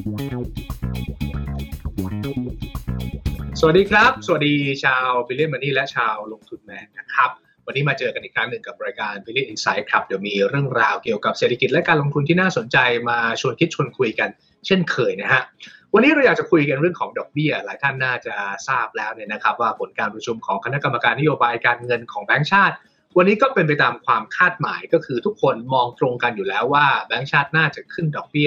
สวัสดีครับสวัสดีชาว Brilliant Money และชาวลงทุนแมนนะครับวันนี้มาเจอกันอีกครั้งหนึ่งกับรายการ Brilliant Insight ครับเดี๋ยวมีเรื่องราวเกี่ยวกับเศรษฐกิจและการลงทุนที่น่าสนใจมาชวนคิดชวนคุยกันเช่นเคยนะฮะวันนี้เราอยากจะคุยกันเรื่องของดอกเบี้ยหลายท่านน่าจะทราบแล้วเนี่ยนะครับว่าผลการประชุมของคณะกรรมการนโยบายการเงินของแบงก์ชาติวันนี้ก็เป็นไปตามความคาดหมายก็คือทุกคนมองตรงกันอยู่แล้วว่าแบงก์ชาติน่าจะขึ้นดอกเบี้ย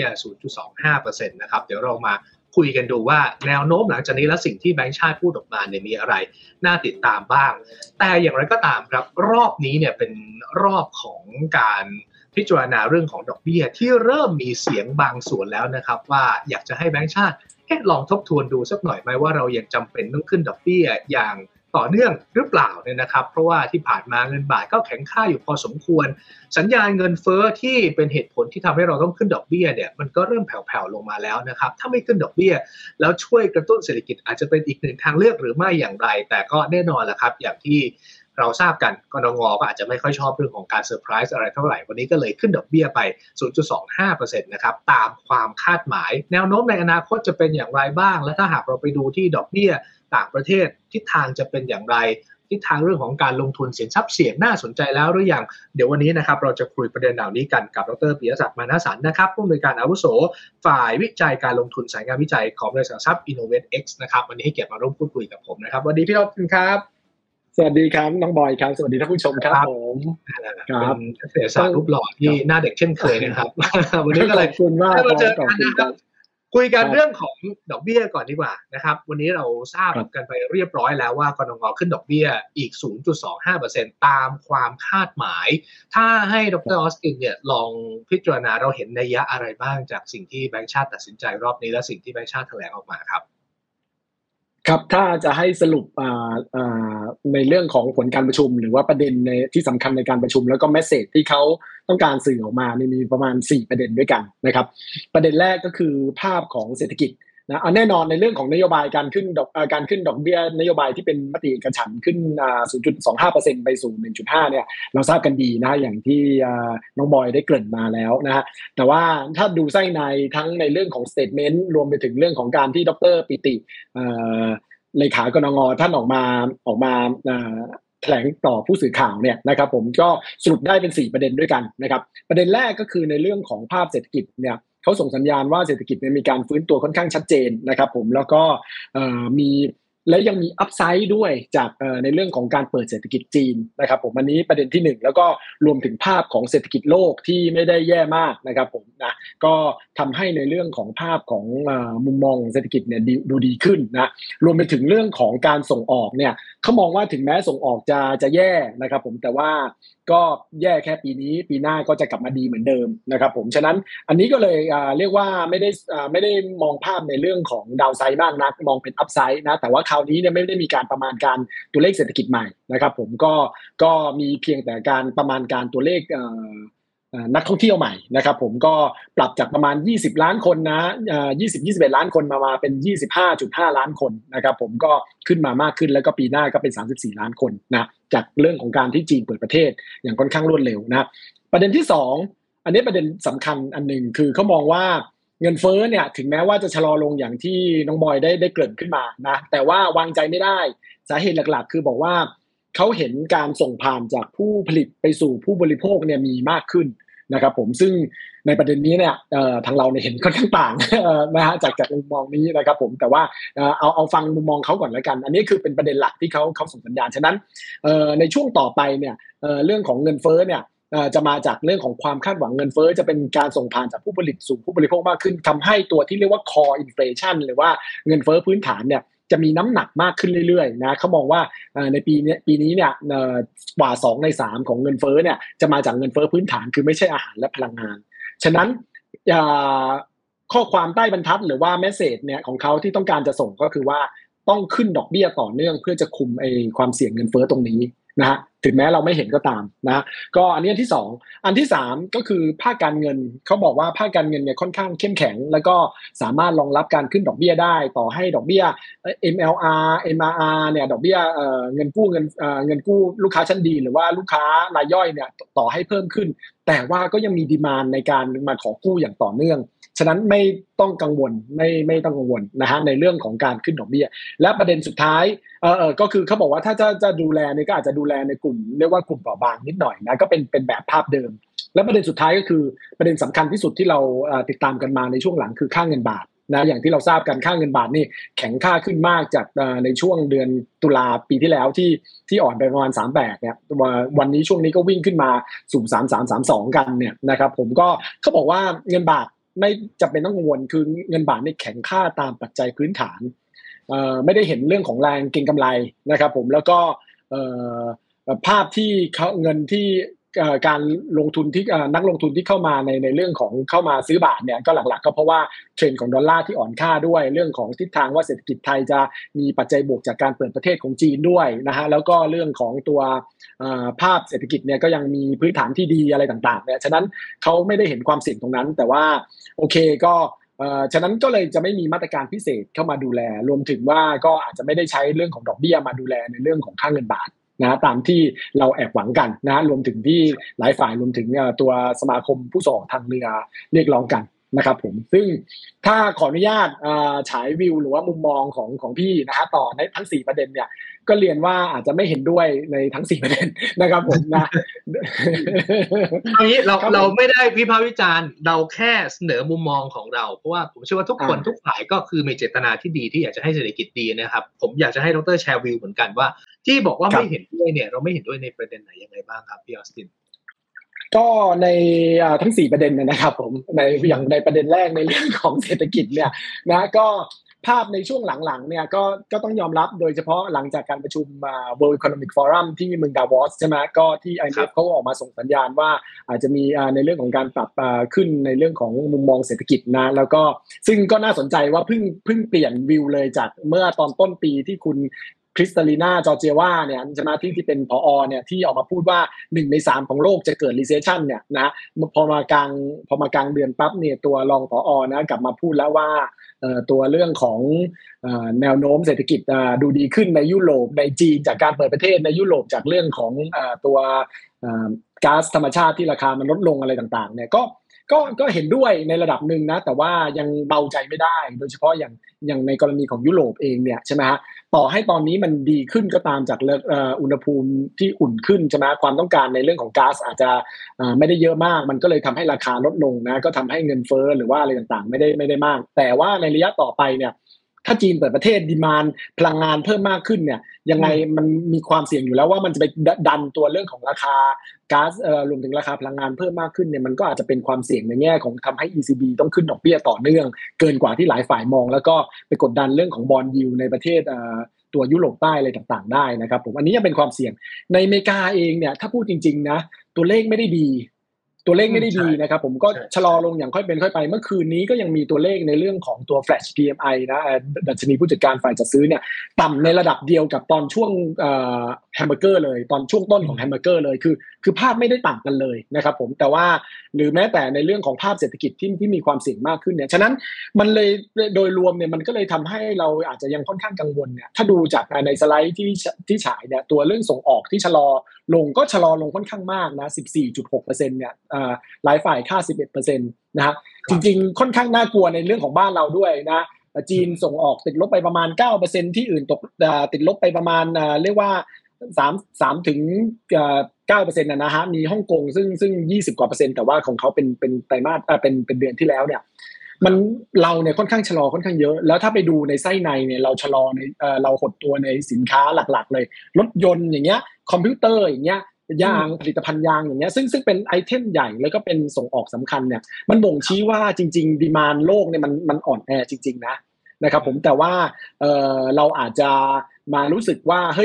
0.25% นะครับเดี๋ยวเรามาคุยกันดูว่าแนวโน้มหลังจากนี้และสิ่งที่แบงก์ชาติพูดออกมาเนี่ยมีอะไรน่าติดตามบ้างแต่อย่างไรก็ตามครับรอบนี้เนี่ยเป็นรอบของการพิจารณาเรื่องของดอกเบี้ยที่เริ่มมีเสียงบางส่วนแล้วนะครับว่าอยากจะให้แบงก์ชาติลองทบทวนดูสักหน่อยไหมว่าเรายังจำเป็นต้องขึ้นดอกเบี้ยอย่างต่อเนื่องหรือเปล่าเนี่ยนะครับเพราะว่าที่ผ่านมาเงินบาทก็แข็งค่าอยู่พอสมควรสัญญาณเงินเฟ้อที่เป็นเหตุผลที่ทำให้เราต้องขึ้นดอกเบี้ยเนี่ยมันก็เริ่มแผ่วๆลงมาแล้วนะครับถ้าไม่ขึ้นดอกเบี้ยแล้วช่วยกระตุ้นเศรษฐกิจอาจจะเป็นอีกหนึ่งทางเลือกหรือไม่อย่างไรแต่ก็แน่นอนแหละครับอย่างที่เราทราบกันกนง.ก็อาจจะไม่ค่อยชอบเรื่องของการเซอร์ไพรส์อะไรเท่าไหร่วันนี้ก็เลยขึ้นดอกเบี้ยไป 0.25% นะครับตามความคาดหมายแนวโน้มในอนาคตจะเป็นอย่างไรบ้างและถ้าหากเราไปดูที่ดอกเบี้ยต่างประเทศทิศทางจะเป็นอย่างไรทิศทางเรื่องของการลงทุนสินทรัพย์เสี่ยงน่าสนใจแล้วหรือยังเดี๋ยววันนี้นะครับเราจะคุยประเด็นเหล่านี้กันกับดร.ปิยศักดิ์ มานะสันนะครับผู้อำนวยการอาวุโสฝ่ายวิจัยการลงทุนสายงานวิจัยของบริษัทหลักทรัพย์ InnovestX นะครับวันนี้ให้เกียรติมาร่วมพูดคุยกับผมนะครับสวัสดีพี่ดร.ครับสวัสดีครับน้องบอยครับสวัสดีท่านผู้ชมครับผมครับเกษตรศาสตร์รูปหล่อที่หน้าเด็กเช่นเคยนะครับวันนี้ก็เลยขอบคุณมากมาเจอกันนะครับคุยกันเรื่องของดอกเบี้ยก่อนดีกว่านะครับวันนี้เราทราบกันไปเรียบร้อยแล้วว่ากนง.ขึ้นดอกเบี้ยอีก 0.25% ตามความคาดหมายถ้าให้ดร.ออสตินเนี่ยลองพิจารณาเราเห็นนัยยะอะไรบ้างจากสิ่งที่แบงก์ชาติตัดสินใจรอบนี้และสิ่งที่แบงก์ชาติแถลงออกมาครับครับถ้าจะให้สรุปในเรื่องของผลการประชุมหรือว่าประเด็นในที่สำคัญในการประชุมแล้วก็เมสเสจที่เขาต้องการสื่อออกมามีประมาณ4ประเด็นด้วยกันนะครับประเด็นแรกก็คือภาพของเศรษฐกิจนะแน่นอนในเรื่องของนโยบายการขึ้นดอกเบี้ยนโยบายที่เป็นมติเอกฉันท์ขึ้น0.25% ไปสู่ 1.5 เนี่ยเราทราบกันดีนะอย่างที่น้องบอยได้เกริ่นมาแล้วนะฮะแต่ว่าถ้าดูไส้ในทั้งในเรื่องของสเตทเมนต์รวมไปถึงเรื่องของการที่ดร.ปิติเลขากนง.ท่านออกมาแถลงต่อผู้สื่อข่าวเนี่ยนะครับผมก็สรุปได้เป็น4ประเด็นด้วยกันนะครับประเด็นแรกก็คือในเรื่องของภาพเศรษฐกิจเนี่ยเขาส่งสัญญาณว่าเศรษฐกิจมีการฟื้นตัวค่อนข้างชัดเจนนะครับผมแล้วก็มีและยังมีอัพไซด์ด้วยจากในเรื่องของการเปิดเศรษฐกิจจีนนะครับผมอันนี้ประเด็นที่1แล้วก็รวมถึงภาพของเศรษฐกิจโลกที่ไม่ได้แย่มากนะครับผมนะก็ทำให้ในเรื่องของภาพของมุมมองเศรษฐกิจเนี่ยดูดีขึ้นนะรวมไปถึงเรื่องของการส่งออกเนี่ยเขามองว่าถึงแม้ส่งออกจะแย่นะครับผมแต่ว่าก็แย่แค่ปีนี้ปีหน้าก็จะกลับมาดีเหมือนเดิมนะครับผมฉะนั้นอันนี้ก็เลยเรียกว่าไม่ได้มองภาพในเรื่องของดาวไซด์มากนักมองเป็นอัพไซด์นะแต่ว่าคราวนี้เนี่ยไม่ได้มีการประมาณการตัวเลขเศรษฐกิจใหม่นะครับผมก็มีเพียงแต่การประมาณการตัวเลขนักท่องเที่ยวใหม่นะครับผมก็ปรับจากประมาณ20ล้านคนนะ21ล้านคนมาเป็น 25.5 ล้านคนนะครับผมก็ขึ้นมามากขึ้นแล้วก็ปีหน้าก็เป็น34ล้านคนนะจากเรื่องของการที่จีนเปิดประเทศอย่างค่อนข้างรวดเร็วนะประเด็นที่2อันนี้ประเด็นสำคัญอันหนึ่งคือเขามองว่าเงินเฟ้อเนี่ยถึงแม้ว่าจะชะลอลงอย่างที่น้องบอยได้เกริ่นขึ้นมานะแต่ว่าวางใจไม่ได้สาเหตุหลักๆคือบอกว่าเขาเห็นการส่งผ่านจากผู้ผลิตไปสู่ผู้บริโภคเนี่ยมีมากขึ้นนะครับผมซึ่งในประเด็นนี้เนี่ยทางเราเนี่ยเห็นค่อนข้างต่างนะฮะจากมุมมองนี้นะครับผมแต่ว่าเอาฟังมุมมองเขาก่อนแล้วกันอันนี้คือเป็นประเด็นหลักที่เขาส่งสัญญาณฉะนั้นในช่วงต่อไปเนี่ยเรื่องของเงินเฟ้อเนี่ยจะมาจากเรื่องของความคาดหวังเงินเฟ้อจะเป็นการส่งผ่านจากผู้ผลิตสู่ผู้บริโภคมากขึ้นทำให้ตัวที่เรียกว่า core inflation หรือว่าเงินเฟ้อพื้นฐานเนี่ยจะมีน้ำหนักมากขึ้นเรื่อยๆนะเขามองว่าในปีนี้เนี่ยกว่า2ใน3ของเงินเฟ้อเนี่ยจะมาจากเงินเฟ้อพื้นฐานคือไม่ใช่อาหารและพลังงานฉะนั้นข้อความใต้บรรทัดหรือว่าเมสเสจเนี่ยของเขาที่ต้องการจะส่งก็คือว่าต้องขึ้นดอกเบี้ยต่อเนื่องเพื่อจะคุมความเสี่ยงเงินเฟ้อตรงนี้นะฮะถึงแม้เราไม่เห็นก็ตามนะก็อันนี้อันที่2อันที่3ก็คือภาคการเงินเขาบอกว่าภาคการเงินเนี่ยค่อนข้างเข้มแข็งแล้วก็สามารถรองรับการขึ้นดอกเบี้ยได้ต่อให้ดอกเบี้ย MLR MRR เนี่ยดอกเบี้ยเงินกู้ลูกค้าชั้นดีหรือว่าลูกค้ารายย่อยเนี่ยต่อให้เพิ่มขึ้นแต่ว่าก็ยังมีดีมานด์ในการมาขอกู้อย่างต่อเนื่องฉะนั้นไม่ต้องกังวลไม่ต้องกังวลนะฮะในเรื่องของการขึ้นดอกเบี้ยและประเด็นสุดท้ายก็คือเขาบอกว่าถ้าจะดูแลเนี่ยก็อาจจะดูแลในกลุ่มเรียกว่ากลุ่มเปราะบางนิดหน่อยนะก็เป็นแบบภาพเดิมและประเด็นสุดท้ายก็คือประเด็นสำคัญที่สุดที่เราติดตามกันมาในช่วงหลังคือค่าเงินบาทนะอย่างที่เราทราบกันค่าเงินบาทนี่แข็งค่าขึ้นมากจากในช่วงเดือนตุลาปีที่แล้วที่อ่อนไปประมาณ38เนี่ยวันนี้ช่วงนี้ก็วิ่งขึ้นมาสู่3332กันเนี่ยนะครับผมก็เขาบอกว่าเงินบาทไม่จำเป็นต้องกังวลคือเงินบาทนี่แข็งค่าตามปัจจัยพื้นฐานไม่ได้เห็นเรื่องของแรงเก็งกำไรนะครับผมแล้วก็ภาพที่เขาเงินที่การลงทุนที่นักลงทุนที่เข้ามาในเรื่องของเข้ามาซื้อบาทเนี่ยก็หลักๆก็เพราะว่าเทรนด์ของดอลลาร์ที่อ่อนค่าด้วยเรื่องของทิศทางว่าเศรษฐกิจไทยจะมีปัจจัยบวกจากการเปิดประเทศของจีนด้วยนะฮะแล้วก็เรื่องของตัวภาพเศรษฐกิจเนี่ยก็ยังมีพื้นฐานที่ดีอะไรต่างๆเนี่ยฉะนั้นเขาไม่ได้เห็นความเสี่ยงตรงนั้นแต่ว่าโอเคก็ฉะนั้นก็เลยจะไม่มีมาตรการพิเศษเข้ามาดูแลรวมถึงว่าก็อาจจะไม่ได้ใช้เรื่องของดอกเบี้ยมาดูแลในเรื่องของค่าเงินบาทนะตามที่เราแอบหวังกันนะรวมถึงที่หลายฝ่ายรวมถึงตัวสมาคมผู้ส่งออกทางเรือเรียกร้องกันนะครับผมซึ่งถ้าขออนุญาตฉายวิวหรือว่ามุมมองของพี่นะฮะต่อในทั้ง4ประเด็นเนี่ยก็เรียนว่าอาจจะไม่เห็นด้วยในทั้ง4ประเด็นนะครับผมนะเอางี้เราไม่ได้วิพากษ์วิจารณ์เราแค่เสนอมุมมองของเราเพราะว่าผมเชื่อว่าทุกคนทุกฝ่ายก็คือมีเจตนาที่ดีที่อยากจะให้เศรษฐกิจดีนะครับผมอยากจะให้ดร.แชร์วิวเหมือนกันว่าที่บอกว่าไม่เห็นด้วยเนี่ยเราไม่เห็นด้วยในประเด็นไหนยังไงบ้างครับพี่ออสตินก็ในทั้ง4ประเด็นนะครับผมอย่างในประเด็นแรกในเรื่องของเศรษฐกิจเนี่ยนะก็ภาพในช่วงหลังๆเนี่ยก็ต้องยอมรับโดยเฉพาะหลังจากการประชุมWorld Economic Forum ที่เมืองดาวอสใช่ไหมก็ที่ IMF เขาออกมาส่งสัญญาณว่าอาจจะมีในเรื่องของการปรับขึ้นในเรื่องของมุมมองเศรษฐกิจนะแล้วก็ซึ่งก็น่าสนใจว่าเพิ่งเปลี่ยนวิวเลยจากเมื่อตอนต้นปีที่คุณคริสตาลีนาจอร์เจวาเนี่ยใช่ไหมที่เป็นผอเนี่ยที่ออกมาพูดว่า1ใน3ของโลกจะเกิด recession เนี่ยนะพอมากลางเดือนปั๊บเนี่ยตัวรองผอนะกลับมาพูดแล้วว่าตัวเรื่องของแนวโน้มเศรษฐกิจดูดีขึ้นในยุโรปในจีนจากการเปิดประเทศในยุโรปจากเรื่องของตัวก๊าซธรรมชาติที่ราคามันลดลงอะไรต่างๆเนี่ยก็เห็นด้วยในระดับหนึ่งนะแต่ว่ายังเบาใจไม่ได้โดยเฉพาะอย่างในกรณีของยุโรปเองเนี่ยใช่ไหมฮะต่อให้ตอนนี้มันดีขึ้นก็ตามจากอุณหภูมิที่อุ่นขึ้นใช่ไหมความต้องการในเรื่องของก๊าซอาจจะไม่ได้เยอะมากมันก็เลยทำให้ราคาลดลงนะก็ทำให้เงินเฟ้อหรือว่าอะไรต่างๆไม่ได้มากแต่ว่าในระยะต่อไปเนี่ยถ้าจีนเปิดประเทศดีมานด์พลังงานเพิ่มมากขึ้นเนี่ยยังไงมันมีความเสี่ยงอยู่แล้วว่ามันจะไปดันตัวเรื่องของราคาก๊าซรวมถึงราคาพลังงานเพิ่มมากขึ้นเนี่ยมันก็อาจจะเป็นความเสี่ยงในแง่ของทำให้ ECB ต้องขึ้นดอกเบี้ยต่อเนื่องเกินกว่าที่หลายฝ่ายมองแล้วก็ไปกดดันเรื่องของบอนด์ยิลด์ในประเทศตัวยุโรปใต้อะไรต่างๆได้นะครับผมอันนี้ยังเป็นความเสี่ยงในอเมริกาเองเนี่ยถ้าพูดจริงๆนะตัวเลขไม่ได้ดีนะครับผมก็ชะลอลงอย่างค่อยเป็นค่อยไปเมื่อคืนนี้ก็ยังมีตัวเลขในเรื่องของตัว Flash PMI นะดัชนีผู้จัดการฝ่ายจัดซื้อเนี่ยต่ำในระดับเดียวกับตอนช่วงแฮมเบอร์เกอร์เลยตอนช่วงต้นของแฮมเบอร์เกอร์เลยคือภาพไม่ได้ต่างกันเลยนะครับผมแต่ว่าหรือแม้แต่ในเรื่องของภาพเศรษฐกิจที่มีความเสี่ยงมากขึ้นเนี่ยฉะนั้นมันเลยโดยรวมเนี่ยมันก็เลยทำให้เราอาจจะยังค่อนข้างกังวลเนี่ยถ้าดูจากในสไลด์ที่ฉายเนี่ยตัวเรื่องส่งออกที่ชะลอลงก็ชะลอลงค่อนข้างมากนะ 14.6% เนี่ยหลายฝ่ายค่า 11% นะฮะจริงๆค่อนข้างน่ากลัวในเรื่องของบ้านเราด้วยนะจีนส่งออกติดลบไปประมาณ 9% ที่อื่นติดลบไปประมาณเรียกว่า3ถึง9%นะฮะมีฮ่องกงซึ่ง20กว่าเปอร์เซ็นต์แต่ว่าของเขาเป็นไตรมาสเป็นเดือนที่แล้วเนี่ยมันเราเนี่ยค่อนข้างชะลอค่อนข้างเยอะแล้วถ้าไปดูในไส้ในเนี่ยเราชะลอในเราหดตัวในสินค้าหลักๆเลยรถยนต์อย่างเงี้ยคอมพิวเตอร์อย่างเงี้ยยางผลิตภัณฑ์ยางอย่างเงี้ยซึ่งเป็นไอเทมใหญ่แล้วก็เป็นส่งออกสำคัญเนี่ยมันบ่งชี้ว่าจริงๆดีมานด์โลกเนี่ยมันอ่อนแอจริงๆนะครับผมแต่ว่าเราอาจจะมารู้สึกว่าเฮ้ย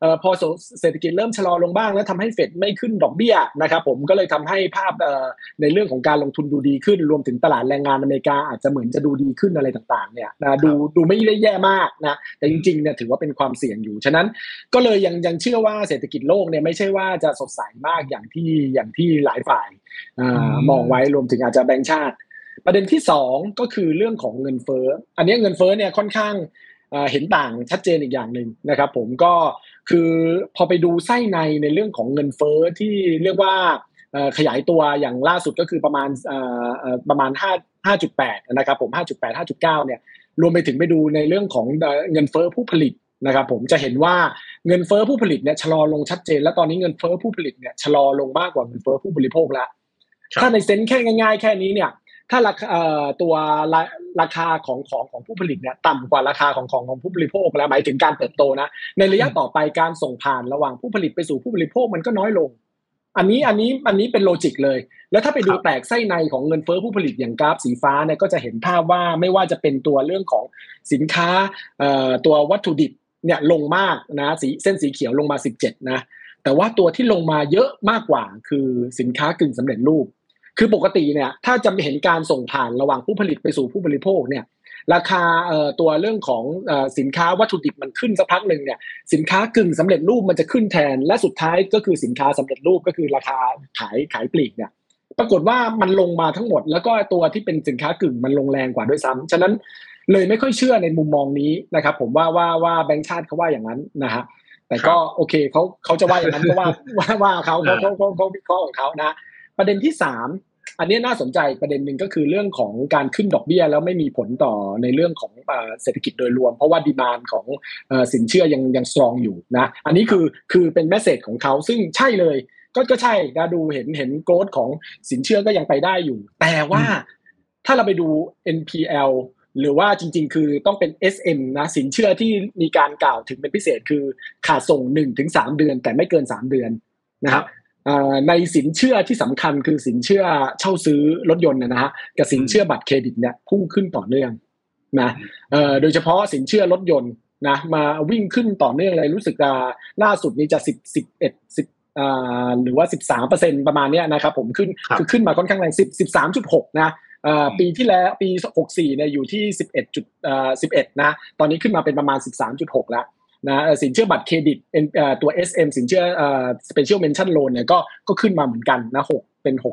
พอเศรษฐกิจเริ่มชะลอลงบ้างแล้วทำให้เฟดไม่ขึ้นดอกเบี้ยนะครับผมก็เลยทำให้ภาพในเรื่องของการลงทุนดูดีขึ้นรวมถึงตลาดแรงงานอเมริกาอาจจะเหมือนจะดูดีขึ้นอะไรต่างๆเนี่ยนะดูไม่ได้แย่มากนะแต่จริงๆเนี่ยถือว่าเป็นความเสี่ยงอยู่ฉะนั้นก็เลยยังเชื่อว่าเศรษฐกิจโลกเนี่ยไม่ใช่ว่าจะสดใสมากอย่างที่หลายฝ่ายมองไว้รวมถึงอาจจะแบงก์ชาติประเด็นที่2ก็คือเรื่องของเงินเฟ้ออันนี้เงินเฟ้อเนี่ยค่อนข้างเห็นต่างชัดเจนอีกอย่างหนึ่งนะครับผมก็คือพอไปดูไส้ในเรื่องของเงินเฟ้อที่เรียกว่าขยายตัวอย่างล่าสุดก็คือประมาณ5.8นะครับผม5.8 5.9เนี่ยรวมไปถึงไปดูในเรื่องของเงินเฟ้อผู้ผลิตนะครับผมจะเห็นว่าเงินเฟ้อผู้ผลิตเนี่ยชะลอลงชัดเจนและตอนนี้เงินเฟ้อผู้ผลิตเนี่ยชะลอลงมากกว่าเงินเฟ้อผู้บริโภคแล้วถ้าในเซนส์แค่ง่ายๆแค่นี้เนี่ยถ้าตัวราคาของผู้ผลิตเนี่ยต่ำกว่าราคาของผู้บริโภคแล้วหมายถึงการเติบโตนะในระยะต่อไปการส่งผ่านระหว่างผู้ผลิตไปสู่ผู้บริโภคมันก็น้อยลงอันนี้เป็นโลจิกเลยแล้วถ้าไปดูแตกไส้ในของเงินเฟ้อผู้ผลิตอย่างกราฟสีฟ้าเนี่ยก็จะเห็นภาพว่าไม่ว่าจะเป็นตัวเรื่องของสินค้าตัววัตถุดิบเนี่ยลงมากนะเส้นสีเขียวลงมา17นะแต่ว่าตัวที่ลงมาเยอะมากกว่าคือสินค้ากึ่งสำเร็จรูปคือปกติเนี่ยถ้าจะเห็นการส่งผ่านระหว่างผู้ผลิตไปสู่ผู้บริโภคเนี่ยราคาตัวเรื่องของสินค้าวัตถุดิบมันขึ้นสักพักหนึ่งเนี่ยสินค้ากึ่งสำเร็จรูปมันจะขึ้นแทนและสุดท้ายก็คือสินค้าสำเร็จรูปก็คือราคาขายปลีกเนี่ยปรากฏว่ามันลงมาทั้งหมดแล้วก็ตัวที่เป็นสินค้ากึ่งมันลงแรงกว่าด้วยซ้ำฉะนั้นเลยไม่ค่อยเชื่อในมุมมองนี้นะครับผมว่าแบงก์ชาติเขาว่าอย่างนั้นนะฮะแต่ก็โอเคเขาจะว่าอย่างนั้นก็ว่าเขาวิเคราะห์ของเขานะประเด็นที่3อันนี้น่าสนใจประเด็นหนึ่งก็คือเรื่องของการขึ้นดอกเบี้ยแล้วไม่มีผลต่อในเรื่องของเศรษฐกิจโดยรวมเพราะว่าดีมานด์ของสินเชื่อยังสตรองอยู่นะอันนี้คือเป็นเมสเสจของเขาซึ่งใช่เลยก็ใช่นะดูเห็นโกรธของสินเชื่อก็ยังไปได้อยู่แต่ว่าถ้าเราไปดู NPL หรือว่าจริงๆคือต้องเป็น SM นะสินเชื่อที่มีการกล่าวถึงเป็นพิเศษคือขาดส่ง 1-3 เดือนแต่ไม่เกิน3เดือนนะครับในสินเชื่อที่สำคัญคือสินเชื่อเช่าซื้อรถยนต์นะฮะกับสินเชื่อบัตรเครดิตเนี่ยพุ่งขึ้นต่อเนื่องนะโดยเฉพาะสินเชื่อรถยนต์นะมาวิ่งขึ้นต่อเนื่องเลยรู้สึกล่าสุดนี้จะหรือว่า 13% ประมาณเนี้ยนะครับผมขึ้นมาค่อนข้างแรง13.6 นะปีที่แล้วปี64เนี่ยอยู่ที่11นะตอนนี้ขึ้นมาเป็นประมาณ 13.6 แล้วนะสินเชื่อบัตรเครดิตตัว SM สินเชื่อSpecial Mention Loan เนี่ยก็ขึ้นมาเหมือนกันนะ6เป็น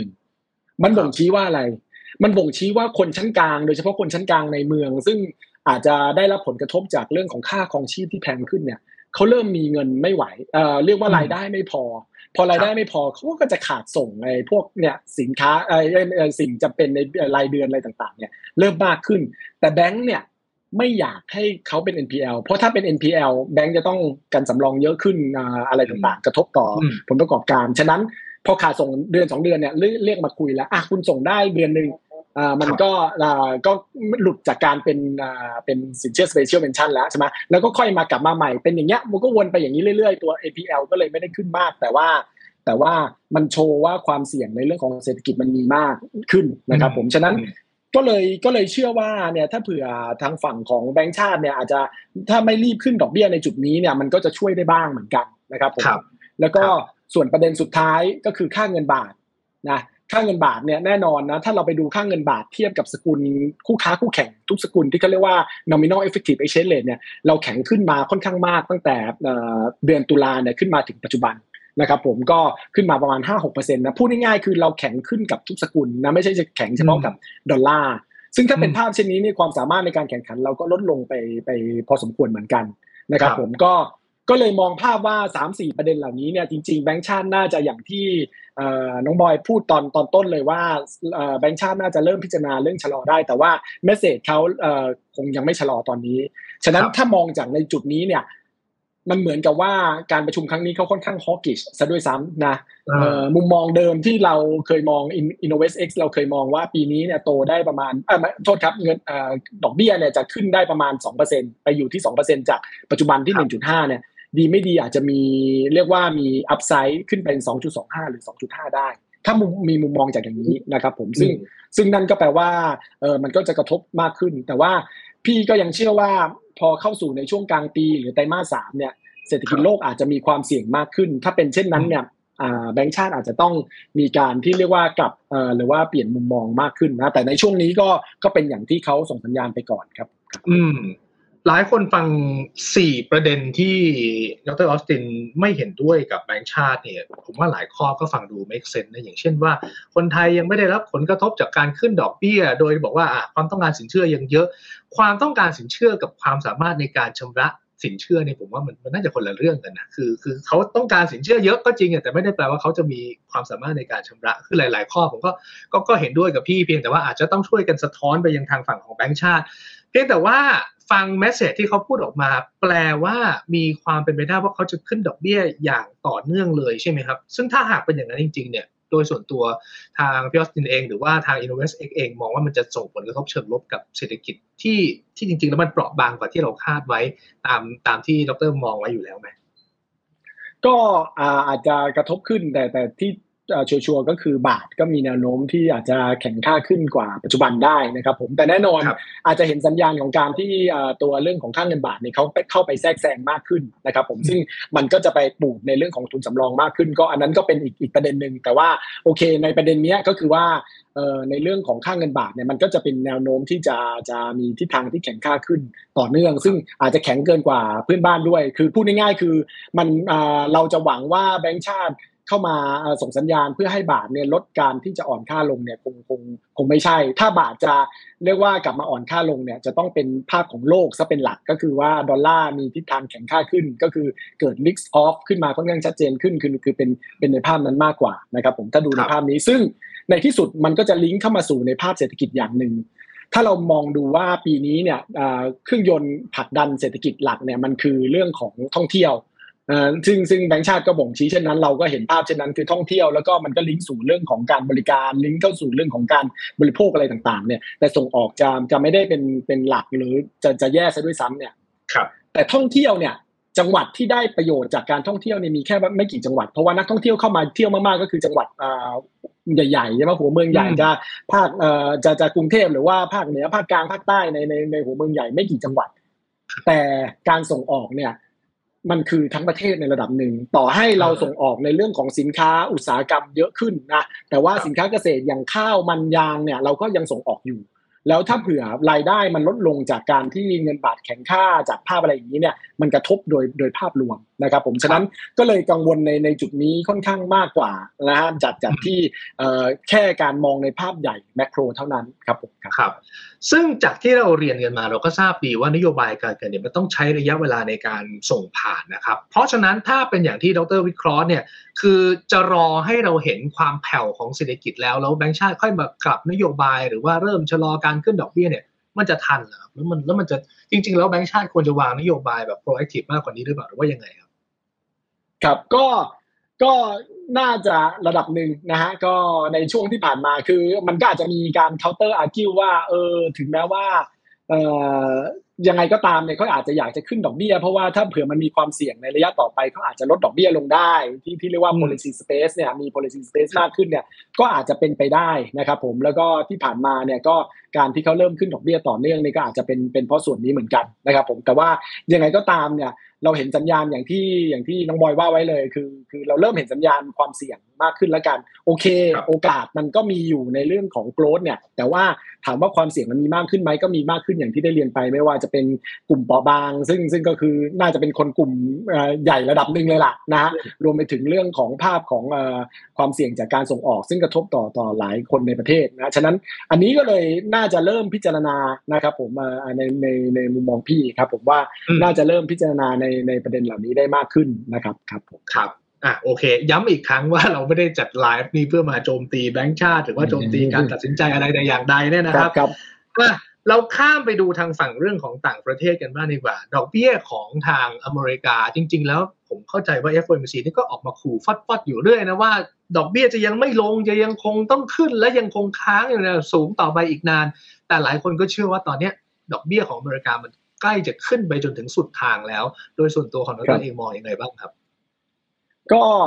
6.1 มันบ่งชี้ว่าอะไรมันบ่งชี้ว่าคนชั้นกลางโดยเฉพาะคนชั้นกลางในเมืองซึ่งอาจจะได้รับผลกระทบจากเรื่องของค่าครองชีพที่แพงขึ้นเนี่ยเขาเริ่มมีเงินไม่ไหวเรียกว่ารายได้ไม่พอรายได้ไม่พอเขาก็จะขาดส่งไอ้พวกเนี่ยสินค้าสิ่งจำเป็นในรายเดือนอะไรต่างๆเนี่ยเริ่มมากขึ้นแต่แบงค์เนี่ยไม่อยากให้เขาเป็น NPL เพราะถ้าเป็น NPL แบงค์จะต้องกันสำรองเยอะขึ้นอะไรต่างๆกระทบต่อผลประกอบการฉะนั้นพอขาดส่งเดือน2เดือนเนี่ยเรียกมาคุยแล้วคุณส่งได้เดือนนึงมันก็หลุดจากการเป็นสินเชื่อ Special Mention แล้วใช่ไหมแล้วก็ค่อยมากลับมาใหม่เป็นอย่างเงี้ยมันก็วนไปอย่างนี้เรื่อยๆตัว NPL ก็เลยไม่ได้ขึ้นมากแต่ว่ามันโชว์ว่าความเสี่ยงในเรื่องของเศรษฐกิจมันมีมากขึ้นนะครับผมฉะนั้นก็เลยเชื่อว่าเนี่ยถ้าเผื่อทางฝั่งของแบงก์ชาติเนี่ยอาจจะถ้าไม่รีบขึ้นดอกเบี้ยในจุดนี้เนี่ยมันก็จะช่วยได้บ้างเหมือนกันนะครับผมแล้วก็ส่วนประเด็นสุดท้ายก็คือค่าเงินบาทนะค่าเงินบาทเนี่ยแน่นอนนะถ้าเราไปดูค่าเงินบาทเทียบกับสกุลคู่ค้าคู่แข่งทุกสกุลที่เขาเรียกว่า nominal effective exchange rate เนี่ยเราแข็งขึ้นมาค่อนข้างมากตั้งแต่เดือนตุลาเนี่ยขึ้นมาถึงปัจจุบันนะครับผมก็ขึ้นมาประมาณ 5-6% นะพูดง่ายๆคือเราแข็งขึ้นกับทุกสกุลนะไม่ใช่จะแข็งเฉพาะกับดอลลาร์ซึ่งถ้าเป็นภาพเช่นนี้นี่ความสามารถในการแข่งขันเราก็ลดลงไปพอสมควรเหมือนกันนะครับผมก็เลยมองภาพว่า 3-4 ประเด็นเหล่านี้เนี่ยจริงๆแบงก์ชาติน่าจะอย่างที่น้องบอยพูดตอนต้นเลยว่าแบงก์ชาติน่าจะเริ่มพิจารณาเรื่องชะลอได้แต่ว่าเมสเสจเขาคงยังไม่ชะลอตอนนี้ฉะนั้นถ้ามองจากในจุดนี้เนี่ยมันเหมือนกับว่าการประชุมครั้งนี้เขาค่อนข้างฮอกิชซะด้วยซ้ำนะมุมมองเดิมที่เราเคยมอง InnovestX เราเคยมองว่าปีนี้เนี่ยโตได้ประมาณโทษครับเงินดอกเบี้ยเนี่ยจะขึ้นได้ประมาณ 2% ไปอยู่ที่ 2% จากปัจจุบันที่ 1.5 เนี่ยดีไม่ดีอาจจะมีเรียกว่ามีอัพไซด์ขึ้นเป็น 2.25 หรือ 2.5 ได้ถ้ามีมุมมองจากอย่างนี้นะครับผมซึ่งนั่นก็แปลว่ามันก็จะกระทบมากขึ้นแต่ว่าพี่ก็ยังเชื่อว่าพอเข้าสู่ในช่วงกลางปีหรือไตรมาส 3เนี่ยเศรษฐกิจโลกอาจจะมีความเสี่ยงมากขึ้นถ้าเป็นเช่นนั้นเนี่ยแบงก์ชาติอาจจะต้องมีการที่เรียกว่ากลับหรือว่าเปลี่ยนมุมมองมากขึ้นนะแต่ในช่วงนี้ก็เป็นอย่างที่เขาส่งสัญญาณไปก่อนครับหลายคนฟัง4ประเด็นที่ดร.ออสตินไม่เห็นด้วยกับแบงก์ชาติเนี่ยผมว่าหลายข้อก็ฟังดู make sense นะอย่างเช่นว่าคนไทยยังไม่ได้รับผลกระทบจากการขึ้นดอกเบี้ยโดยบอกว่าความต้องการสินเชื่อยังเยอะความต้องการสินเชื่อกับความสามารถในการชำระสินเชื่อเนี่ยผมว่ามันน่าจะคนละเรื่องกันนะคือเขาต้องการสินเชื่อเยอะก็จริงแต่ไม่ได้แปลว่าเขาจะมีความสามารถในการชำระคือหลายๆข้อผมก็เห็นด้วยกับพี่เพียงแต่ว่าอาจจะต้องช่วยกันสะท้อนไปยังทางฝั่งของแบงก์ชาติเพียงแต่ว่าฟังเมสเสจที่เขาพูดออกมาแปลว่ามีความเป็นไปได้ว่าเขาจะขึ้นดอกเบี้ยอย่างต่อเนื่องเลยใช่ไหมครับซึ่งถ้าหากเป็นอย่างนั้นจริงๆเนี่ยโดยส่วนตัวทางพี่ออสตินเองหรือว่าทาง InnovestX เองมองว่ามันจะส่งผลกระทบเชิงลบกับเศรษฐกิจที่จริงๆแล้วมันเปราะบางกว่าที่เราคาดไว้ตามที่ดร.มองไว้อยู่แล้วไหมก็อาจจะกระทบขึ้นแต่ที่ชัวร์ก็คือบาทก็มีแนวโน้มที่อาจจะแข็งค่าขึ้นกว่าปัจจุบันได้นะครับผมแต่แน่นอนอาจจะเห็นสัญญาณของการที่ตัวเรื่องของค่าเงินบาทเนี่ยเขาเข้าไปแทรกแซงมากขึ้นนะครับผมซึ่งมันก็จะไปปูดในเรื่องของทุนสำรองมากขึ้นก็อันนั้นก็เป็นอีกประเด็นนึงแต่ว่าโอเคในประเด็นนี้ก็คือว่าในเรื่องของค่าเงินบาทเนี่ยมันก็จะเป็นแนวโน้มที่จะมีทิศทางที่แข็งค่าขึ้นต่อเนื่องซึ่งอาจจะแข็งเกินกว่าเพื่อนบ้านด้วยคือพูดง่ายๆคือมันเราจะหวังว่าแบงก์ชาติเข้ามาส่งสัญญาณเพื่อให้บาทเนี่ยลดการที่จะอ่อนค่าลงเนี่ยคงไม่ใช่ถ้าบาทจะเรียกว่ากลับมาอ่อนค่าลงเนี่ยจะต้องเป็นภาพของโลกซะเป็นหลักก็คือว่าดอลลาร์มีทิศทางแข็งค่าขึ้นก็คือเกิด risk off ขึ้นมาค่อนข้างชัดเจนขึ้นคือเป็นในภาพนั้นมากกว่านะครับผมถ้าดูในภาพนี้ซึ่งในที่สุดมันก็จะลิงก์เข้ามาสู่ในภาพเศรษฐกิจอย่างหนึ่งถ้าเรามองดูว่าปีนี้เนี่ยเครื่องยนต์ผลักดันเศรษฐกิจหลักเนี่ยมันคือเรื่องของท่องเที่ยวซึ่งแบงก์ชาติก็บ่งชี้เช่นนั้นเราก็เห็นภาพเช่นนั้นคือท่องเที่ยวแล้วก็มันก็ลิงก์สู่เรื่องของการบริการลิงก์เข้าสู่เรื่องของการบริโภคอะไรต่างๆเนี่ยแต่ส่งออกจะไม่ได้เป็นหลักหรือจะแย่ซะด้วยซ้ำเนี่ยแต่ท่องเที่ยวเนี่ยจังหวัดที่ได้ประโยชน์จากการท่องเที่ยวเนี่ยมีแค่ไม่กี่จังหวัดเพราะว่านักท่องเที่ยวเข้ามาเที่ยวมากๆก็คือจังหวัดใหญ่ๆใช่ไหมหัวเมืองใหญ่จะภาคจะกรุงเทพหรือว่าภาคเหนือภาคกลางภาคใต้ในหัวเมืองใหญ่ไม่กี่จังหวัดแต่การส่งออกเนี่ยมันคือทั้งประเทศในระดับหนึ่งต่อให้เราส่งออกในเรื่องของสินค้าอุตสาหกรรมเยอะขึ้นนะแต่ว่าสินค้าเกษตรอย่างข้าวมันยางเนี่ยเราก็ยังส่งออกอยู่แล้วถ้าเผื่อรายได้มันลดลงจากการที่เงินบาทแข็งค่าจากภาพอะไรอย่างนี้เนี่ยมันกระทบโดยภาพรวมนะครับผมฉะนั้นก็เลยกังวลในจุดนี้ค่อนข้างมากกว่านะฮะจากที่แค่การมองในภาพใหญ่แมคโครเท่านั้นครับผมครับซึ่งจากที่เราเรียนกันมาเราก็ทราบดีว่านโยบายการเงินเนี่ยมันต้องใช้ระยะเวลาในการส่งผ่านนะครับเพราะฉะนั้นถ้าเป็นอย่างที่ดร.วิเคราะห์เนี่ยคือจะรอให้เราเห็นความแผ่วของเศรษฐกิจแล้วแบงก์ชาติค่อยมากลับนโยบายหรือว่าเริ่มชะลอการขึ้นดอกเบี้ยเนี่ยมันจะทันเหรอแล้วมันจะจริงๆแล้วแบงก์ชาติควรจะวางนโยบายแบบ proactive มากกว่านี้หรือเปล่าหรือว่ายังไงครับครับก็น่าจะระดับหนึ่งนะฮะก็ในช่วงที่ผ่านมาคือมันก็อาจจะมีการ counter argue ว่าถึงแม้ว่ายังไงก็ตามเนี่ยเขาอาจจะอยากจะขึ้นดอกเบี้ยเพราะว่าถ้าเผื่อมันมีความเสี่ยงในระยะต่อไปเขาอาจจะลดดอกเบี้ยลงได้ที่เรียกว่า policy space เนี่ยมี policy space มากขึ้นเนี่ยก็อาจจะเป็นไปได้นะครับผมแล้วก็ที่ผ่านมาเนี่ยก็การที่เขาเริ่มขึ้นดอกเบี้ยต่อเนื่องนี่ก็อาจจะเป็นเพราะส่วนนี้เหมือนกันนะครับผมแต่ว่ายังไงก็ตามเนี่ยเราเห็นสัญญาณอย่างที่น้องบอยว่าไว้เลยคือเราเริ่มเห็นสัญญาณความเสี่ยงมากขึ้นแล้วกันโอเคโอกาสมันก็มีอยู่ในเรื่องของ growth เนี่ยแต่ว่าถามว่าความเสี่ยงมันมีมากขึ้นไหมก็มีมากขึ้นอย่างที่ได้เรียนไปไม่ว่าจะเป็นกลุ่มเปราะบางซึ่งก็คือน่าจะเป็นคนกลุ่มใหญ่ระดับหนึ่งเลยล่ะนะฮะรวมไปถึงเรื่องของภาพของความเสี่ยงจากการส่งออกซึ่งกระทบต่อหลายคนในประเทศนะฉะนั้นอันนี้ก็เลยน่าจะเริ่มพิจารณานะครับผมในมุมมองพี่ครับผมว่าน่าจะเริ่มพิจารณาในประเด็นเหล่านี้ได้มากขึ้นนะครับครับผมครับโอเคย้ำอีกครั้งว่าเราไม่ได้จัดไลฟ์นี้เพื่อมาโจมตีแบงก์ชาติหรือว่าโจมตีการตัดสินใจอะไรใดอย่างใดเนี่ยนะครับเราข้ามไปดูทางฝั่งเรื่องของต่างประเทศกันบ้างดีกว่าดอกเบี้ยของทางอเมริกาจริงๆแล้วผมเข้าใจว่า FOMC นี่ก็ออกมาขู่ฟัดอยู่เรื่อยนะว่าดอกเบี้ยจะยังไม่ลงจะยังคงต้องขึ้นและยังคงค้างอยู่ในสูงต่อไปอีกนานแต่หลายคนก็เชื่อว่าตอนนี้ดอกเบี้ยของอเมริกามันใกล้จะขึ้นไปจนถึงสุดทางแล้วโดยส่วนตัวของนักลงทุนเองมองยังไงบ้างครับก็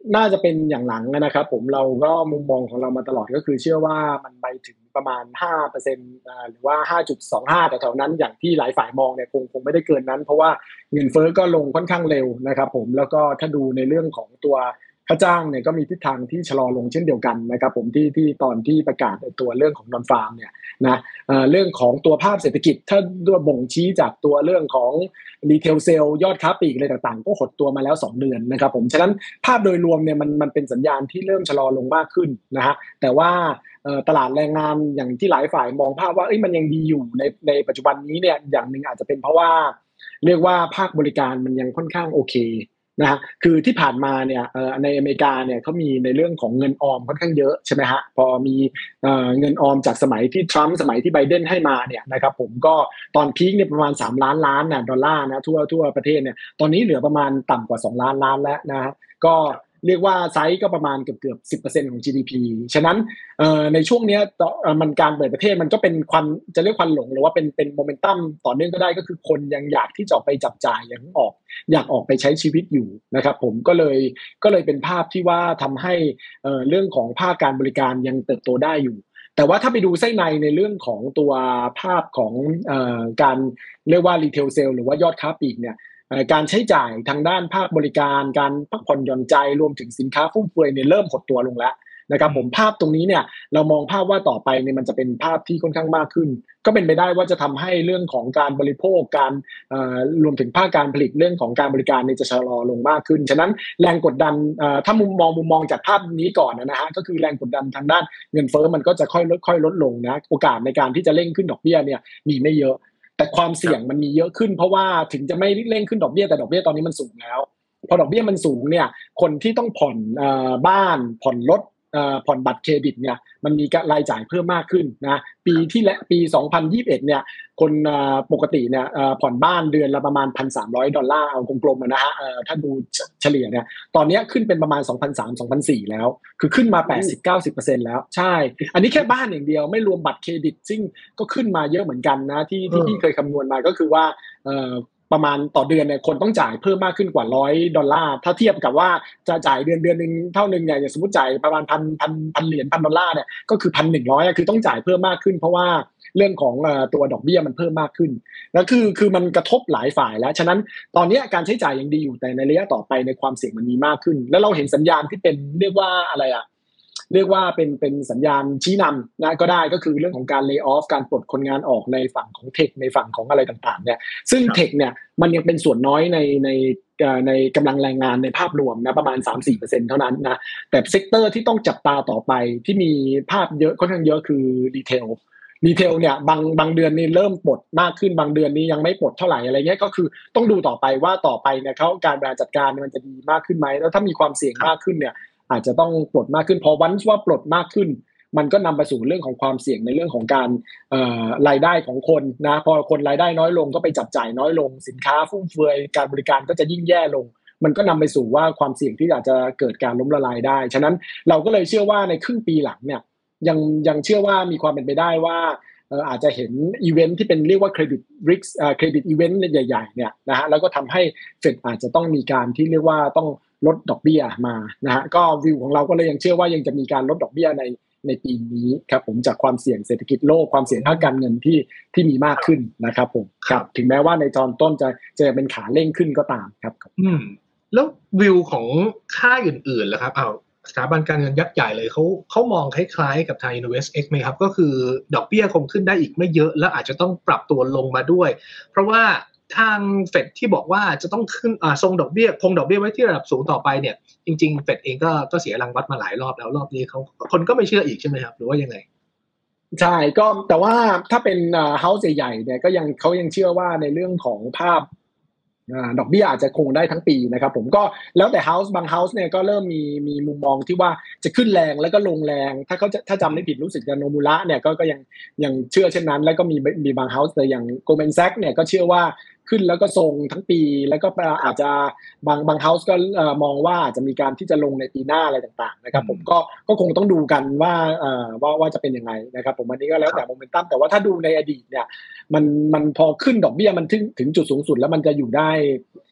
น่าจะเป็นอย่างหลังนะครับผมเราก็มุมมองของเรามาตลอดก็คือเชื่อว่ามันไปถึงประมาณ5%หรือว่า5.25แต่แถวนั้นอย่างที่หลายฝ่ายมองเนี่ยคงไม่ได้เกินนั้นเพราะว่าเงินเฟ้อก็ลงค่อนข้างเร็วนะครับผมแล้วก็ถ้าดูในเรื่องของตัวค่าจ้างเนี่ยก็มีทิศทางที่ชะลอลงเช่นเดียวกันนะครับผมที่ตอนที่ประกาศตัวเรื่องของนอนฟาร์มเนี่ยนะเรื่องของตัวภาพเศรษฐกิจถ้าด้วยบ่งชี้จากตัวเรื่องของรีเทลเซลยอดค้าปลีกอะไรต่างๆก็หดตัวมาแล้ว2เดือนนะครับผมฉะนั้นภาพโดยรวมเนี่ยมันเป็นสัญญาณที่เริ่มชะลอลงมากขึ้นนะฮะแต่ว่าตลาดแรงงานอย่างที่หลายฝ่ายมองภาพว่ามันยังดีอยู่ในปัจจุบันนี้เนี่ยอย่างหนึ่งอาจจะเป็นเพราะว่าเรียกว่าภาคบริการมันยังค่อนข้างโอเคนะฮะคือที่ผ่านมาเนี่ยในอเมริกาเนี่ยเขามีในเรื่องของเงินออมค่อนข้างเยอะใช่ไหมฮะพอมีเงินออมจากสมัยที่ทรัมป์สมัยที่ไบเดนให้มาเนี่ยนะครับผมก็ตอนพีคเนี่ยประมาณ3ล้านล้านนะดอลลาร์นะทั่วประเทศเนี่ยตอนนี้เหลือประมาณต่ำกว่า2ล้านล้านแล้วนะฮะก็เรียกว่าไซส์ก็ประมาณเกือบ10%ของ GDP ฉะนั้นในช่วงนี้มันการเปิดประเทศมันก็เป็นควันจะเรียกควันหลงหรือว่าเป็นโมเมนตัมต่อเนื่องก็ได้ก็คือคนยังอยากที่จะออกไปจับจ่ายอยากออกไปใช้ชีวิตอยู่นะครับผมก็เลยเป็นภาพที่ว่าทำให้เรื่องของภาคการบริการยังเติบโตได้อยู่แต่ว่าถ้าไปดูไส้ในเรื่องของตัวภาพของการเรียกว่ารีเทลเซลหรือว่ายอดค้าปลีกเนี่ยการใช้จ่ายทางด้านภาคบริการการพักผ่อนหย่อนใจรวมถึงสินค้าฟุ่มเฟือยเนี่ยเริ่มหดตัวลงแล้วนะครับผมภาพตรงนี้เนี่ยเรามองภาพว่าต่อไปเนี่ยมันจะเป็นภาพที่ค่อนข้างมากขึ้นก็เป็นไปได้ว่าจะทำให้เรื่องของการบริโภคการรวมถึงภาคการผลิตเรื่องของการบริการเนี่ยจะชะลอลงมากขึ้นฉะนั้นแรงกดดันถ้ามุมมองจากภาพนี้ก่อนนะฮะก็คือแรงกดดันทางด้านเงินเฟ้อมันก็จะค่อยลดลงนะโอกาสในการที่จะเร่งขึ้นดอกเบี้ยเนี่ยมีไม่เยอะแต่ความเสี่ยงมันมีเยอะขึ้นเพราะว่าถึงจะไม่เร่งขึ้นดอกเบี้ยแต่ดอกเบี้ยตอนนี้มันสูงแล้วพอดอกเบี้ยมันสูงเนี่ยคนที่ต้องผ่อนบ้านผ่อนรถผ่อนบัตรเครดิตเนี่ยมันมีรายจ่ายเพิ่มมากขึ้นนะปี2021เนี่ยคนปกติเนี่ยผ่อนบ้านเดือนละประมาณ $1,300 เอากลมๆนะฮะถ้าดูเฉลี่ยเนี่ยตอนนี้ขึ้นเป็นประมาณ 2,300-2,400 แล้วคือขึ้นมา 80-90% แล้วใช่อันนี้แค่บ้านอย่างเดียวไม่รวมบัตรเครดิตซึ่งก็ขึ้นมาเยอะเหมือนกันนะที่พี่เคยคำนวณมาก็คือว่าประมาณต่อเดือนเนี่ยคนต้องจ่ายเพิ่มมากขึ้นกว่า$100ถ้าเทียบกับว่าจะจ่ายเดือนนึงเท่านึงเนี่ยอย่างสมมติจ่ายประมาณพันเหรียญ$1,000เนี่ยก็คือ1,100คือต้องจ่ายเพิ่มมากขึ้นเพราะว่าเรื่องของตัวดอกเบี้ยมันเพิ่มมากขึ้นแล้วคือมันกระทบหลายฝ่ายแล้วฉะนั้นตอนนี้การใช้จ่ายยังดีอยู่แต่ในระยะต่อไปในความเสี่ยงมันมีมากขึ้นแล้วเราเห็นสัญญาณที่เป็นเรียกว่าอะไรอะเรียกว่าเป็นสัญญาณชี้นำนะก็ได้ก็คือเรื่องของการเล y off การปลดคนงานออกในฝั่งของเทคในฝั่งของอะไรต่างๆเนี่ยซึ่งเทคเนี่ยมันยังเป็นส่วนน้อยในกำลังแรงงานในภาพรวมนะประมาณ 3-4% เท่านั้นนะแต่เซกเตอร์ที่ต้องจับตาต่อไปที่มีภาพเยอะค่อนข้างเยอะคือรีเทลเนี่ยบางเดือนนี่เริ่มปลดมากขึ้นบางเดือนนี้ยังไม่ปลดเท่าไหร่อะไรเงี้ยก็คือต้องดูต่อไปว่าต่อไปเนี่ยเขาการบริหารจัดการมันจะดีมากขึ้นไหมแล้วถ้ามีความเสี่ยงมากขึ้นเนี่ยอาจจะต้องปลดมากขึ้นพอวันว่าปลดมากขึ้นมันก็นำไปสู่เรื่องของความเสี่ยงในเรื่องของการรายได้ของคนนะพอคนรายได้น้อยลงก็ไปจับจ่ายน้อยลงสินค้าฟุ่มเฟือยการบริการก็จะยิ่งแย่ลงมันก็นำไปสู่ว่าความเสี่ยงที่อาจจะเกิดการล้มละลายได้ฉะนั้นเราก็เลยเชื่อว่าในครึ่งปีหลังเนี่ยยังเชื่อว่ามีความเป็นไปได้ว่าอาจจะเห็นอีเวนท์ที่เป็นเรียกว่าเครดิตริสเครดิตอีเวนท์ใหญ่ๆเนี่ยนะฮะแล้วก็ทำให้เฟดอาจจะต้องมีการที่เรียกว่าต้องลดดอกเบี้ยมานะฮะก็วิวของเราก็เลยยังเชื่อว่ายังจะมีการลดดอกเบี้ยในปีนี้ครับผมจากความเสี่ยงเศรษฐกิจโลกความเสี่ยงทางการเงินที่มีมากขึ้นนะครับผมครับถึงแม้ว่าในตอนต้นจะเป็นขาเร่งขึ้นก็ตามครับแล้ววิวของค่ายอื่นๆล่ะครับสถาบันการเงินยักษ์ใหญ่เลยเขามองคล้ายๆกับทาง InvestX ไหมครับก็คือดอกเบี้ยคงขึ้นได้อีกไม่เยอะแล้วอาจจะต้องปรับตัวลงมาด้วยเพราะว่าทางเฟดที่บอกว่าจะต้องขึ้นทรงดอกเบี้ยคงดอกเบี้ยไว้ที่ระดับสูงต่อไปเนี่ยจริงๆเฟดเองก็เสียรังวัดมาหลายรอบแล้วรอบนี้คนก็ไม่เชื่ออีกใช่ไหมครับหรือว่ายังไงใช่ก็แต่ว่าถ้าเป็นเฮาส์ใหญ่ๆเนี่ยก็เขายังเชื่อว่าในเรื่องของภาพดอกเบี้ยอาจจะคงได้ทั้งปีนะครับผมก็แล้วแต่เฮาส์บางเฮาส์เนี่ยก็เริ่มมีมุมมองที่ว่าจะขึ้นแรงแล้วก็ลงแรงถ้าจำไม่ผิดรู้สึกจะโนมูระเนี่ยก็ยังเชื่อเช่นนั้นแล้วก็มีบางเฮาส์แต่อย่างโกลแมนแซกเนี่ยก็เชื่อว่าขึ้นแล้วก็ทรงทั้งปีแล้วก็อาจจะบางเฮาส์ก็มองว่าจะมีการที่จะลงในปีหน้าอะไรต่างๆนะครับผมก็คงต้องดูกันว่าจะเป็นยังไงนะครับผมอันนี้ก็แล้วแต่โมเมนตัมแต่ว่าถ้าดูในอดีตเนี่ยมันพอขึ้นดอกเบี้ยมันถึงจุดสูงสุดแล้วมันจะอยู่ได้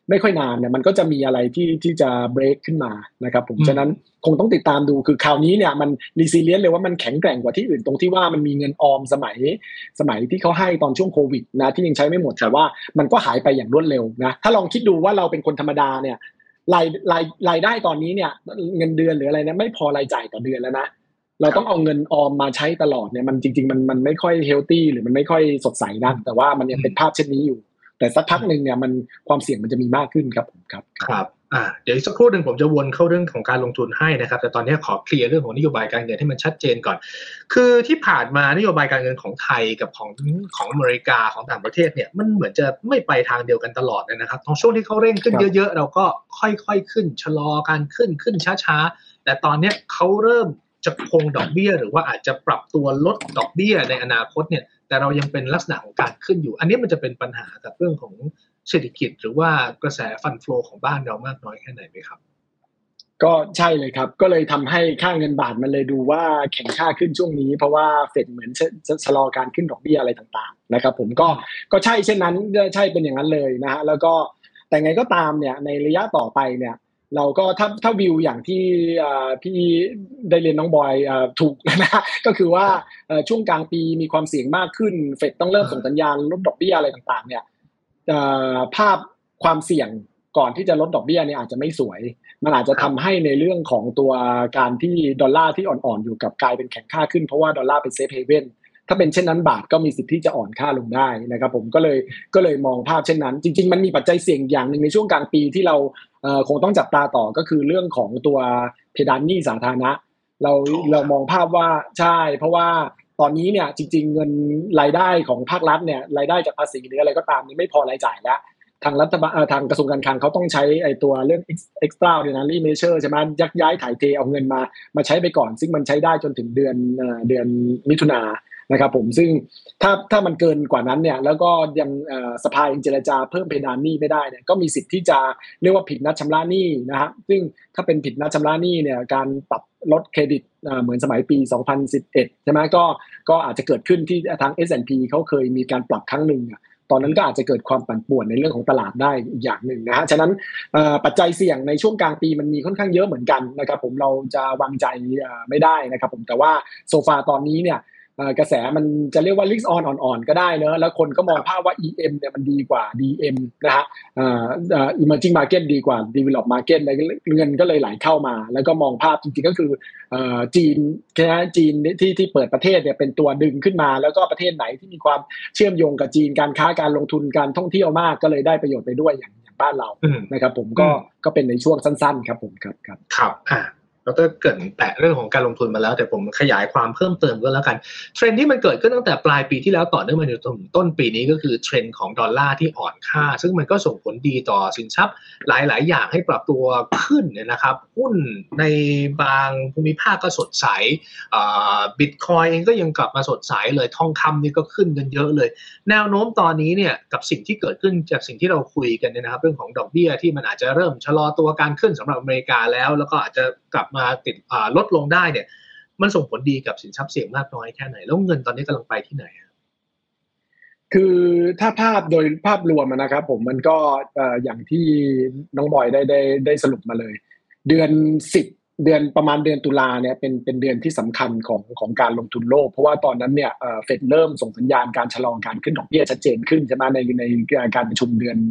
ไม่ค่อยนานเนี่ยมันก็จะมีอะไรที่จะ break ขึ้นมานะครับผมฉะนั้นคงต้องติดตามดูคือคราวนี้เนี่ยมัน resilient เลยว่ามันแข็งแกร่งกว่าที่อื่นตรงที่ว่ามันมีเงินออมสมัยที่เขาให้ตอนช่วงโควิดนะที่ยังใช้ไม่หมดแต่ว่ามันก็หายไปอย่างรวดเร็วนะถ้าลองคิดดูว่าเราเป็นคนธรรมดาเนี่ยรายได้ตอนนี้เนี่ยเงินเดือนหรืออะไรเนี่ยไม่พอรายจ่ายต่อเดือนแล้วนะเราต้องเอาเงินออมมาใช้ตลอดเนี่ยมันจริงๆมันไม่ค่อยเฮลตี้หรือมันไม่ค่อยสดใสนักแต่ว่ามันยังเป็นภาพเช่นนี้อยู่แต่สักพักหนึ่งเนี่ยมันความเสี่ยงมันจะมีมากขึ้นครับผมครับเดี๋ยวอีกสักครู่หนึ่งผมจะวนเข้าเรื่องของการลงทุนให้นะครับแต่ตอนนี้ขอเคลียร์เรื่องของนโยบายการเงินให้มันชัดเจนก่อนคือที่ผ่านมานโยบายการเงินของไทยกับของอเมริกาของต่างประเทศเนี่ยมันเหมือนจะไม่ไปทางเดียวกันตลอดเลยนะครับตอนช่วงที่เขาเร่งขึ้นเยอะๆเราก็ค่อยๆขึ้นชะลอการขึ้นช้าๆแต่ตอนนี้เขาเริ่มจะคงดอกเบี้ยหรือว่าอาจจะปรับตัวลดดอกเบี้ยในอนาคตเนี่ยแต่เรายังเป็นลักษณะของการขึ้นอยู่อันนี้มันจะเป็นปัญหากับเรื่องของเศรษฐกิจหรือว่ากระแสฟันโฟลของบ้านเรามากน้อยแค่ไหนไหมครับก็ใช่เลยครับก็เลยทำให้ค่าเงินบาทมันเลยดูว่าแข็งค่าขึ้นช่วงนี้เพราะว่าเฟดเหมือนจะชะลอการขึ้นดอกเบี้ยอะไรต่างๆนะครับผมก็ใช่เช่นนั้นใช่เป็นอย่างนั้นเลยนะฮะแล้วก็แต่ไงก็ตามเนี่ยในระยะต่อไปเนี่ยเราก็ถ้าวิวอย่างที่พี่ได้เรียนน้องบอยถูกนะก็คือว่าช่วงกลางปีมีความเสี่ยงมากขึ้นเฟดต้องเริ่มส่งสัญญาณลดดอกเบี้ยอะไรต่างๆเนี่ยภาพความเสี่ยงก่อนที่จะลดดอกเบี้ยเนี่ยอาจจะไม่สวยมันอาจจะทำให้ในเรื่องของตัวการที่ดอลลาร์ที่อ่อนๆอยู่กับกลายเป็นแข็งค่าขึ้นเพราะว่าดอลลาร์เป็นเซฟเฮเว่นถ้าเป็นเช่นนั้นบาทก็มีสิทธิ์ที่จะอ่อนค่าลงได้นะครับผมก็เลยมองภาพเช่นนั้นจริงๆมันมีปัจจัยเสี่ยงอย่างหนึ่งในช่วงกลางปีที่เราคงต้องจับตาต่อก็คือเรื่องของตัวเพดานหนี้สาธารณะเรามองภาพว่าใช่เพราะว่าตอนนี้เนี่ยจริงๆเงินรายได้ของภาครัฐเนี่ยรายได้จากภาษีหรืออะไรก็ตามนี่ไม่พอรายจ่ายแล้วทางรัฐบาลทางกระทรวงการคลังเขาต้องใช้ไอ้ตัวเรื่อง extraordinary measure ใช่ไหมยักย้ายถ่ายเทเอาเงินมาใช้ไปก่อนซึ่งมันใช้ได้จนถึงเดือนมิถุนายนนะครับผมซึ่งถ้ามันเกินกว่านั้นเนี่ยแล้วก็ยังสภายังเจรจาเพิ่มเพดานหนี้ไม่ได้เนี่ยก็มีสิทธิ์ที่จะเรียกว่าผิดนัดชำระหนี้นะฮะซึ่งถ้าเป็นผิดนัดชำระหนี้เนี่ยการปรับลดเครดิตเหมือนสมัยปี 2011 ใช่ไหมก็อาจจะเกิดขึ้นที่ทาง S&P เขาเคยมีการปรับครั้งหนึ่งตอนนั้นก็อาจจะเกิดความปั่นป่วนในเรื่องของตลาดได้อีกอย่างหนึ่งนะฮะฉะนั้นปัจจัยเสี่ยงในช่วงกลางปีมันมีค่อนข้างเยอะเหมือนกันนะครับผมเราจะวางใจไม่ได้นะครับผมแต่ว่าโซฟาตอนนี้เนี่ยกระแสมันจะเรียกว่า risk on อ่อนๆก็ได้เนอะแล้วคนก็มองภาพว่า EM เนี่ยมันดีกว่า DM นะฮะemerging market ดีกว่า develop market เงินก็เลยไหลเข้ามาแล้วก็มองภาพจริงๆก็คือจีนที่เปิดประเทศเนี่ยเป็นตัวดึงขึ้นมาแล้วก็ประเทศไหนที่มีความเชื่อมโยงกับจีนการค้าการลงทุนการท่องเที่ยวมากก็เลยได้ประโยชน์ไปด้วยอย่างบ้านเรานะครับผมก็เป็นในช่วงสั้นๆครับผมครับดร.เกริ่นแตะเรื่องของการลงทุนมาแล้วแต่ผมขยายความเพิ่มเติมก็แล้วกันเทรนด์ที่มันเกิดขึ้นตั้งแต่ปลายปีที่แล้วต่อเนื่องมาจนถึงต้นปีนี้ก็คือเทรนด์ของดอลลาร์ที่อ่อนค่าซึ่งมันก็ส่งผลดีต่อสินทรัพย์หลายๆอย่างให้ปรับตัวขึ้นเนี่ยนะครับหุ้นในบางภูมิภาคก็สดใสบิตคอยเองก็ยังกลับมาสดใสเลยทองคำนี่ก็ขึ้นกันเยอะเลยแนวโน้มตอนนี้เนี่ยกับสิ่งที่เกิดขึ้นจากสิ่งที่เราคุยกันเนี่ยนะครับเรื่องของดอกเบี้ยที่มันอาจจะเริ่มชะลอตัวการขึ้นสำหรับอเมริกาแล้วก็อาจจะกลับมาติดลดลงได้เนี่ยมันส่งผลดีกับสินทรัพย์เสี่ยงมากน้อยแค่ไหนแล้วเงินตอนนี้กำลังไปที่ไหนคือถ้าโดยภาพรวมนะครับผมมันก็อย่างที่น้องบอยได้สรุปมาเลยเดือน10เดือนประมาณเดือนตุลาเนี่ยเป็นเดือนที่สำคัญของการลงทุนโลกเพราะว่าตอนนั้นเนี่ยเฟดเริ่มส่งสัญญาณการชะลอการขึ้นดอกเบี้ยชัดเจนขึ้นใช่ไหมในการประชุมเดือน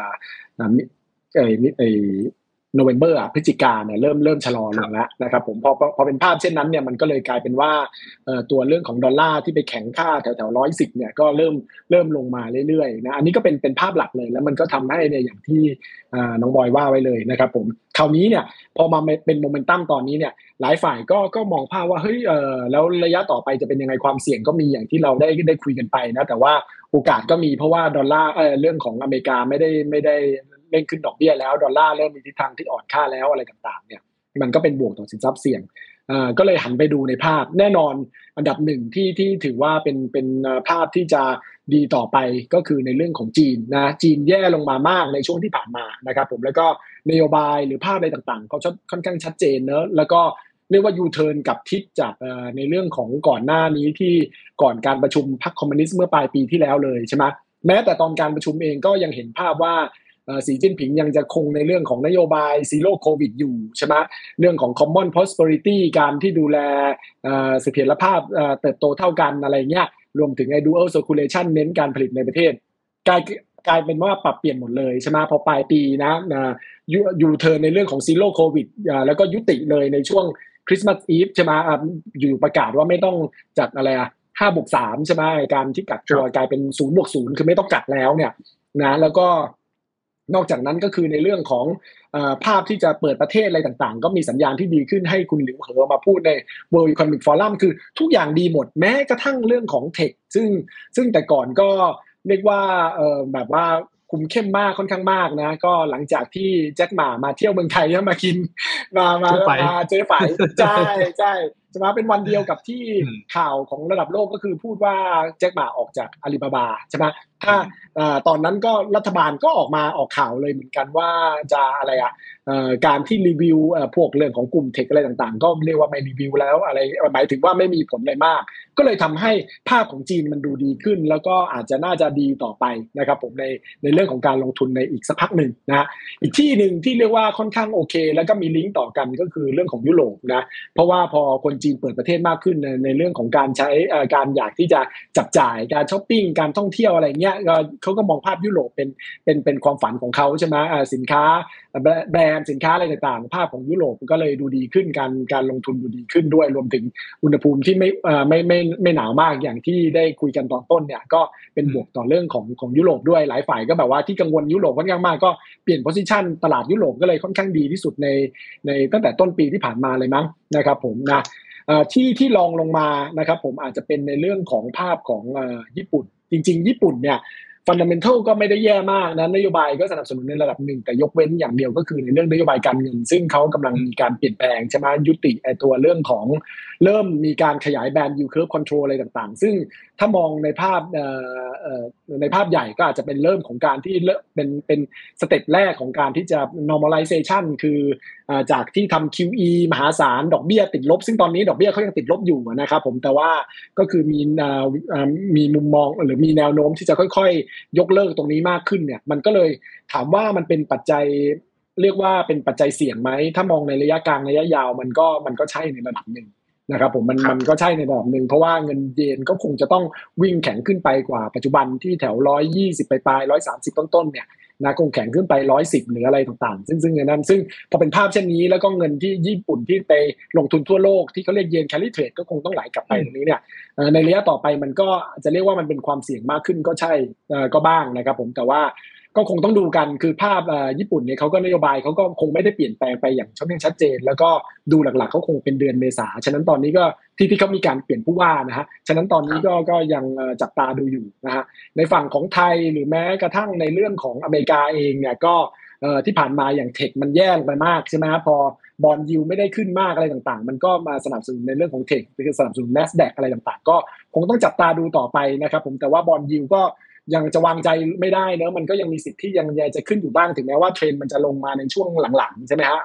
โนเวมเบอร์พฤศจิกาเนี่ยเริ่มชะลอลงแล้วนะครับผมพอเป็นภาพเช่นนั้นเนี่ยมันก็เลยกลายเป็นว่าตัวเรื่องของดอลลาร์ที่ไปแข็งค่าแถว110เนี่ยก็เริ่มลงมาเรื่อยๆนะอันนี้ก็เป็นภาพหลักเลยแล้วมันก็ทำให้เนี่ยอย่างที่น้องบอยว่าไว้เลยนะครับผมคราวนี้เนี่ยพอมาเป็นโมเมนตัมตอนนี้เนี่ยหลายฝ่ายก็มองภาพว่าเฮ้ยแล้วระยะต่อไปจะเป็นยังไงความเสี่ยงก็มีอย่างที่เราได้คุยกันไปนะแต่ว่าโอกาสก็มีเพราะว่าดอลลาร์เรื่องของอเมริกาไม่ได้เร่งขึ้นดอกเบี้ยแล้วดอลลาร์เริ่มมีทิศทางที่อ่อนค่าแล้วอะไรต่างๆเนี่ยมันก็เป็นบวกต่อสินทรัพย์เสี่ยงก็เลยหันไปดูในภาพแน่นอนอันดับหนึ่งที่ถือว่าเป็นภาพที่จะดีต่อไปก็คือในเรื่องของจีนนะจีนแย่ลงมามากในช่วงที่ผ่านมานะครับผมแล้วก็นโยบายหรือภาพอะไรต่างๆเขาค่อนข้างชัดเจนเนอะแล้วก็เรียกว่ายูเทิร์นกับทิศจากในเรื่องของก่อนหน้านี้ที่ก่อนการประชุมพรรคคอมมิวนิสต์เมื่อปลายปีที่แล้วเลยใช่ไหมแม้แต่ตอนการประชุมเองก็ยังเห็นภาพว่าสีจิ้นผิงยังจะคงในเรื่องของนโยบายซีโร่โควิดอยู่ใช่ไหมเรื่องของ common prosperity การที่ดูแลเสถียรภาพเติบโตเท่ากันอะไรเงี้ยรวมถึงไอ้ dual circulation เน้นการผลิตในประเทศกลายกลายเป็นว่าปรับเปลี่ยนหมดเลยใช่ไหมพอปลายปีนะยูเทิร์นในเรื่องของซีโร่โควิดแล้วก็ยุติเลยในช่วงคริสต์มาสอีฟใช่ไหมอยู่ประกาศว่าไม่ต้องจัดอะไร5+3ใช่ไหมการที่กักตัวกลายเป็น0+0คือไม่ต้องกักแล้วเนี่ยนะแล้วก็นอกจากนั้นก็คือในเรื่องของภาพที่จะเปิดประเทศอะไรต่างๆก็มีสัญญาณที่ดีขึ้นให้คุณหลิวเหอมาพูดใน World Economic Forum คือทุกอย่างดีหมดแม้กระทั่งเรื่องของเทคซึ่งแต่ก่อนก็เรียกว่าแบบว่าคุมเข้มมากค่อนข้างมากนะก็หลังจากที่แจ็คหม่ามาเที่ยวเมืองไทยมากินมาเจ๊ฝ่ายใช่จะมาเป็นวันเดียวกับที่ข่าวของระดับโลกก็คือพูดว่าแจ็คหม่าออกจากอาลีบาบาใช่ไหมถ้าตอนนั้นก็รัฐบาลก็ออกข่าวเลยเหมือนกันว่าจะอะไรการที่รีวิวพวกเรื่องของกลุ่มเทคอะไรต่างๆก็เรียกว่าไม่รีวิวแล้วอะไรหมายถึงว่าไม่มีผลอะไรมากก็เลยทำให้ภาพของจีนมันดูดีขึ้นแล้วก็อาจจะน่าจะดีต่อไปนะครับผมในเรื่องของการลงทุนในอีกสักพักหนึ่งนะอีกที่หนึ่งที่เรียกว่าค่อนข้างโอเคแล้วก็มีลิงก์ต่อกันก็คือเรื่องของยุโรปนะเพราะว่าพอคนจีนเปิดประเทศมากขึ้นในเรื่องของการใช้การอยากที่จะจับจ่ายการช้อปปิ้งการท่องเที่ยวอะไรเงี้ยเขาก็มองภาพยุโรปเป็นความฝันของเขาใช่ไหมสินค้าแบรนด์สินค้าอะไรต่างๆภาพของยุโรปก็เลยดูดีขึ้นการลงทุนดูดีขึ้นด้วยรวมถึงอุณหภูมิที่ไม่หนาวมากอย่างที่ได้คุยกันตอนต้นเนี่ยก็เป็นบวกต่อเรื่องของยุโรปด้วยหลายฝ่ายก็แบบว่าที่กังวลยุโรปค่อนข้างมากก็เปลี่ยนโพสิชันตลาดยุโรปก็เลยค่อนข้างดีที่สุดในตั้งแต่ต้นปีที่ผ่านมาเลยมั้งนะครับผมนะที่ลองลงมานะครับผมอาจจะเป็นในเรื่องของภาพของญี่ปุ่นจริงๆญี่ปุ่นเนี่ยฟันดัมเมนทัลก็ไม่ได้แย่มากนะนโยบายก็สนับสนุนในระดับหนึ่งแต่ยกเว้นอย่างเดียวก็คือในเรื่องนโยบายการเงินซึ่งเขากำลังมีการเปลี่ยนแปลงใช่ไหมยุติตัวเรื่องของเริ่มมีการขยายแบนด์ยิลด์เคิร์ฟคอนโทรลอะไรต่างๆซึ่งถ้ามองในภาพในภาพใหญ่ก็อาจจะเป็นเริ่มของการที่เป็นสเต็ปแรกของการที่จะ normalization คือจากที่ทำ QE มหาศาลดอกเบี้ยติดลบซึ่งตอนนี้ดอกเบี้ยเขายังติดลบอยู่นะครับผมแต่ว่าก็คือมีมุมมองหรือมีแนวโน้มที่จะค่อยๆยกเลิกตรงนี้มากขึ้นเนี่ยมันก็เลยถามว่ามันเป็นปัจจัยเรียกว่าเป็นปัจจัยเสี่ยงไหมถ้ามองในระยะกลางระยะยาวมันก็ใช่ในระดับหนึ่งนะครับผมมันก็ใช่ในระดับหนึ่งเพราะว่าเงินเยนก็คงจะต้องวิ่งแข็งขึ้นไปกว่าปัจจุบันที่แถว120ปลาย130ต้นๆเนี่ยนะคงแข็งขึ้นไป110หรืออะไรต่างๆซึ่งในนั้นซึ่งพอเป็นภาพเช่นนี้แล้วก็เงินที่ญี่ปุ่นที่ไปลงทุนทั่วโลกที่เขาเรียกเยนแคลิเทรดก็คงต้องไหลกลับไปตรงนี้เนี่ยในระยะต่อไปมันก็จะเรียกว่ามันเป็นความเสี่ยงมากขึ้นก็ใช่ก็บ้างนะครับผมแต่ว่าก็คงต้องดูกันคือภาพญี่ปุ่นเนี่ยเขาก็นโยบายเขาก็คงไม่ได้เปลี่ยนแปลงไปอย่างชัดเจนแล้วก็ดูหลักๆเขาคงเป็นเดือนเมษาฉะนั้นตอนนี้ก็ที่เขามีการเปลี่ยนผู้ว่านะฮะฉะนั้นตอนนี้ก็ยังจับตาดูอยู่นะฮะในฝั่งของไทยหรือแม้กระทั่งในเรื่องของอเมริกาเองเนี่ยก็ที่ผ่านมาอย่างเทคมันแย่ลงไปมากใช่ไหมพอบอนด์ยิลด์ไม่ได้ขึ้นมากอะไรต่างๆมันก็มาสนับสนุนในเรื่องของเทคคือสนับสนุน NASDAQ อะไรต่างๆก็คงต้องจับตาดูต่อไปนะครับผมแต่ว่าบอนด์ยิลด์ก็ยังจะวางใจไม่ได้เนอะมันก็ยังมีสิทธิ์ที่ยังจะขึ้นอยู่บ้างถึงแม้ว่าเทรนด์มันจะลงมาในช่วงหลังๆใช่ไหมฮะ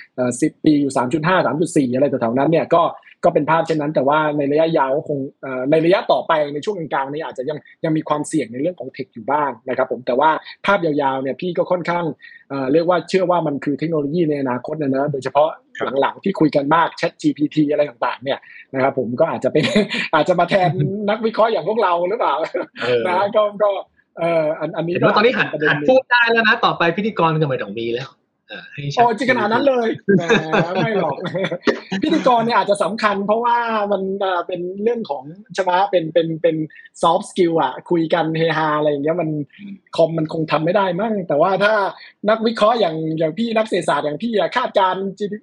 10 ปีอยู่ 3.5 3.4 อะไรแถวๆนั้นเนี่ยก็เป็นภาพเช่นนั้นแต่ว่าในระยะยาวคงในระยะต่อไปในช่วงกลางๆนี้อาจจะยังมีความเสี่ยงในเรื่องของเทคอยู่บ้างนะครับผมแต่ว่าภาพยาวๆเนี่ยพี่ก็ค่อนข้างเรียกว่าเชื่อว่ามันคือเทคโนโลยีในอนาคตนะโดยเฉพาะหลังๆที่คุยกันมาก ChatGPT อะไรต่างๆเนี่ยนะครับผมก็อาจจะเป็น อาจจะมาแทนนักวิเคราะห์อย่างพวกเราหรือเปล่านะก็อันนี้ก็ตอนนี้หัดพูดได้แล้วนะต่อไปพิธีกรก็ไม่ต้องมีแล้วโอ้จริงขนาดนั้นเลยไม่หรอกพิธีกรเนี่ยอาจจะสำคัญเพราะว่ามันเป็นเรื่องของใช่ไหมเป็นซอฟต์สกิลอ่ะคุยกันเฮฮาอะไรอย่างเงี้ยมันคงทำไม่ได้มั้งแต่ว่าถ้านักวิเคราะห์อย่างพี่นักเศรษฐศาสตร์อย่างพี่คาดการณ์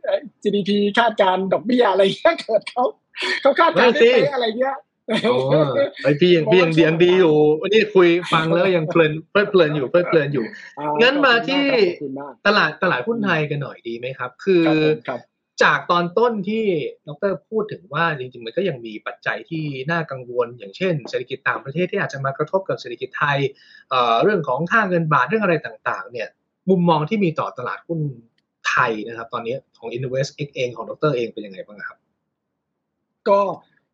GDP คาดการณ์ดอกเบี้ยอะไรเงี้ยเกิดเขาคาดการณ์ได้อะไรเงี้ยไอพี่ยังดีอยู่วันนี้คุยฟังแล้วยังเพลินอยู่งั้นมาที่ตลาดหุ้นไทยกันหน่อยดีไหมครับคือจากตอนต้นที่ดร.พูดถึงว่าจริงๆมันก็ยังมีปัจจัยที่น่ากังวลอย่างเช่นเศรษฐกิจต่างประเทศที่อาจจะมากระทบกับเศรษฐกิจไทยเรื่องของค่าเงินบาทเรื่องอะไรต่างๆเนี่ยมุมมองที่มีต่อตลาดหุ้นไทยนะครับตอนนี้ของ Invest X เองของดร.เองเป็นยังไงบ้างครับก็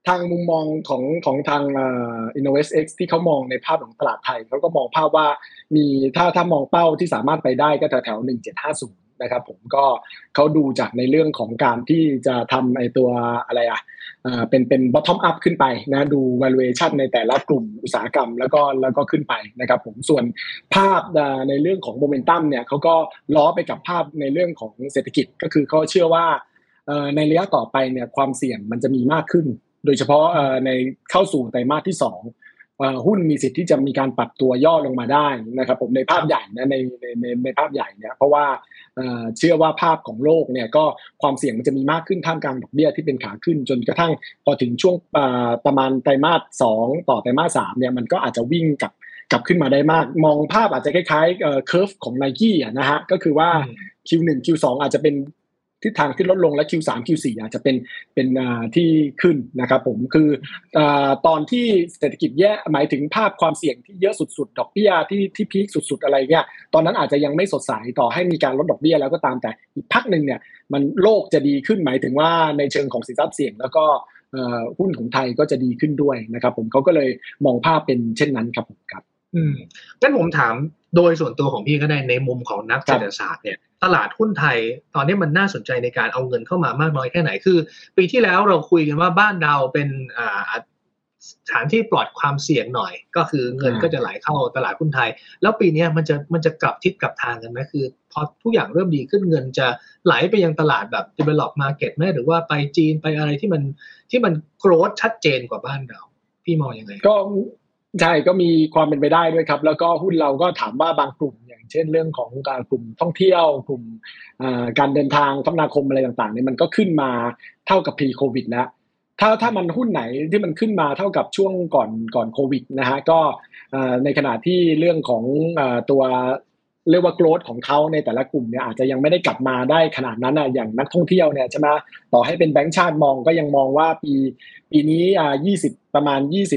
ทางมุมมองของทางInnovestX ที่เขามองในภาพของตลาดไทยเขาก็มองภาพว่ามีถ้ามองเป้าที่สามารถไปได้ก็แถวๆ1750นะครับผมก็เขาดูจากในเรื่องของการที่จะทำไอตัวอะไรเป็น bottom up ขึ้นไปนะดู valuation ในแต่ละกลุ่มอุตสาหกรรมแล้วก็ขึ้นไปนะครับผมส่วนภาพในเรื่องของโมเมนตัมเนี่ยเขาก็ล้อไปกับภาพในเรื่องของเศรษฐกิจก็คือเขาเชื่อว่าในระยะต่อไปเนี่ยความเสี่ยงมันจะมีมากขึ้นโดยเฉพาะในเข้าสู่ไตรมาสที่2หุ้นมีสิทธิ์ที่จะมีการปรับตัวย่อลงมาได้นะครับผมในภาพใหญ่นะในภาพใหญ่เนี่ยเพราะว่าเชื่อว่าภาพของโลกเนี่ยก็ความเสี่ยงมันจะมีมากขึ้นท่ามกลางดอกเบี้ยที่เป็นขาขึ้นจนกระทั่งพอถึงช่วงประมาณไตรมาส2ต่อไตรมาส3เนี่ยมันก็อาจจะวิ่งกลับขึ้นมาได้มากมองภาพอาจจะคล้ายๆเคอร์ฟของ Nike อ่ะนะฮะก็คือว่า Q1 Q2 อาจจะเป็นทิศทางที่ลดลงและ Q3 Q4 อาจจะเป็นที่ขึ้นนะครับผมคือตอนที่เศรษฐกิจแย่หมายถึงภาพความเสี่ยงที่เยอะสุดๆดอกเบี้ยที่พีคสุดๆอะไรเงี้ยตอนนั้นอาจจะยังไม่สดใสต่อให้มีการลดดอกเบี้ยแล้วก็ตามแต่อีกพักนึงเนี่ยมันโลกจะดีขึ้นหมายถึงว่าในเชิงของสินทรัพย์เสี่ยงแล้วก็หุ้นของไทยก็จะดีขึ้นด้วยนะครับผมเขาก็เลยมองภาพเป็นเช่นนั้นครับผมครับงั้นผมถามโดยส่วนตัวของพี่ก็ได้ในมุมของนักเศรษฐศาสตร์เนี่ยตลาดหุ้นไทยตอนนี้มันน่าสนใจในการเอาเงินเข้ามามากน้อยแค่ไหนคือปีที่แล้วเราคุยกันว่าบ้านเราเป็นสถานที่ปลอดความเสี่ยงหน่อยก็คือเงินก็จะไหลเข้าตลาดหุ้นไทยแล้วปีนี้มันจะกลับทิศกลับทางกันไหมคือพอทุกอย่างเริ่มดีขึ้นเงินจะไหลไปยังตลาดแบบ develop market ไหมหรือว่าไปจีนไปอะไรที่มันโกรธชัดเจนกว่าบ้านเราพี่มองยังไงก็ใช่ก็มีความเป็นไปได้ด้วยครับแล้วก็หุ้นเราก็ถามว่าบางกลุ่มอย่างเช่นเรื่องของการกลุ่มท่องเที่ยวกลุ่มการเดินทางคมนาคมอะไรต่างๆเนี่ยมันก็ขึ้นมาเท่ากับ pre covid แล้วถ้ามันหุ้นไหนที่มันขึ้นมาเท่ากับช่วงก่อนโควิดนะฮะก็ในขณะที่เรื่องของตัวเรียกว่า growth ของเขาในแต่ละกลุ่มเนี่ยอาจจะยังไม่ได้กลับมาได้ขนาดนั้นอย่างนักท่องเที่ยวเนี่ยใช่ไหมต่อให้เป็นแบงก์ชาติมองก็ยังมองว่าปีนี้20ประมาณ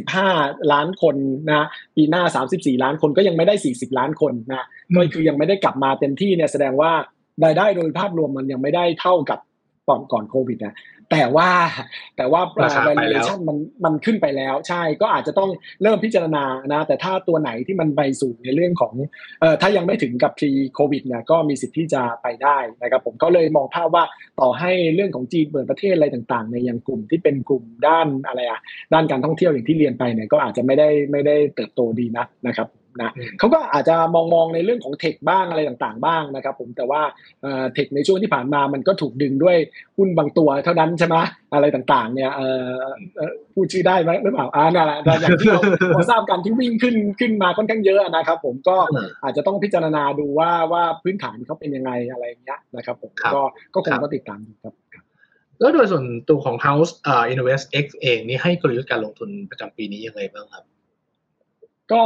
25ล้านคนนะปีหน้า34ล้านคนก็ยังไม่ได้40ล้านคนนะก็คือยังไม่ได้กลับมาเต็มที่เนี่ยแสดงว่ารายได้โดยภาพรวมมันยังไม่ได้เท่ากับก่อนโควิดนะแต่ว่า valuation มันขึ้นไปแล้วใช่ก็อาจจะต้องเริ่มพิจารณานะแต่ถ้าตัวไหนที่มันไปสู่ในเรื่องของถ้ายังไม่ถึงกับ pre covid เนี่ยก็มีสิทธิ์ที่จะไปได้นะครับผมก็เลยมองภาพว่าต่อให้เรื่องของจีนเปิดประเทศอะไรต่างๆในอย่างกลุ่มที่เป็นกลุ่มด้านอะไรด้านการท่องเที่ยวอย่างที่เรียนไปเนี่ยก็อาจจะไม่ได้เติบโตดีนะครับนะเขาก็อาจจะมองในเรื่องของเทคบ้างอะไรต่างๆบ้างนะครับผมแต่ว่าเทคในช่วงที่ผ่านมามันก็ถูกดึงด้วยหุ้นบางตัวเท่านั้นใช่ไหมอะไรต่างๆเนี่ยพูดชื่อได้ไหมหรือเปล่านั่นแหละอย่างที่เราทราบกันที่วิ่งขึ้นมาค่อนข้างเยอะนะครับผมก็อาจจะต้องพิจารณาดูว่าพื้นฐานเขาเป็นยังไงอะไรอย่างเงี้ยนะครับผมก็คงต้องติดตามดูครับแล้วโดยส่วนตัวของ House InnovestX เองนี่ให้กลยุทธ์การลงทุนประจำปีนี้ยังไงบ้างครับก็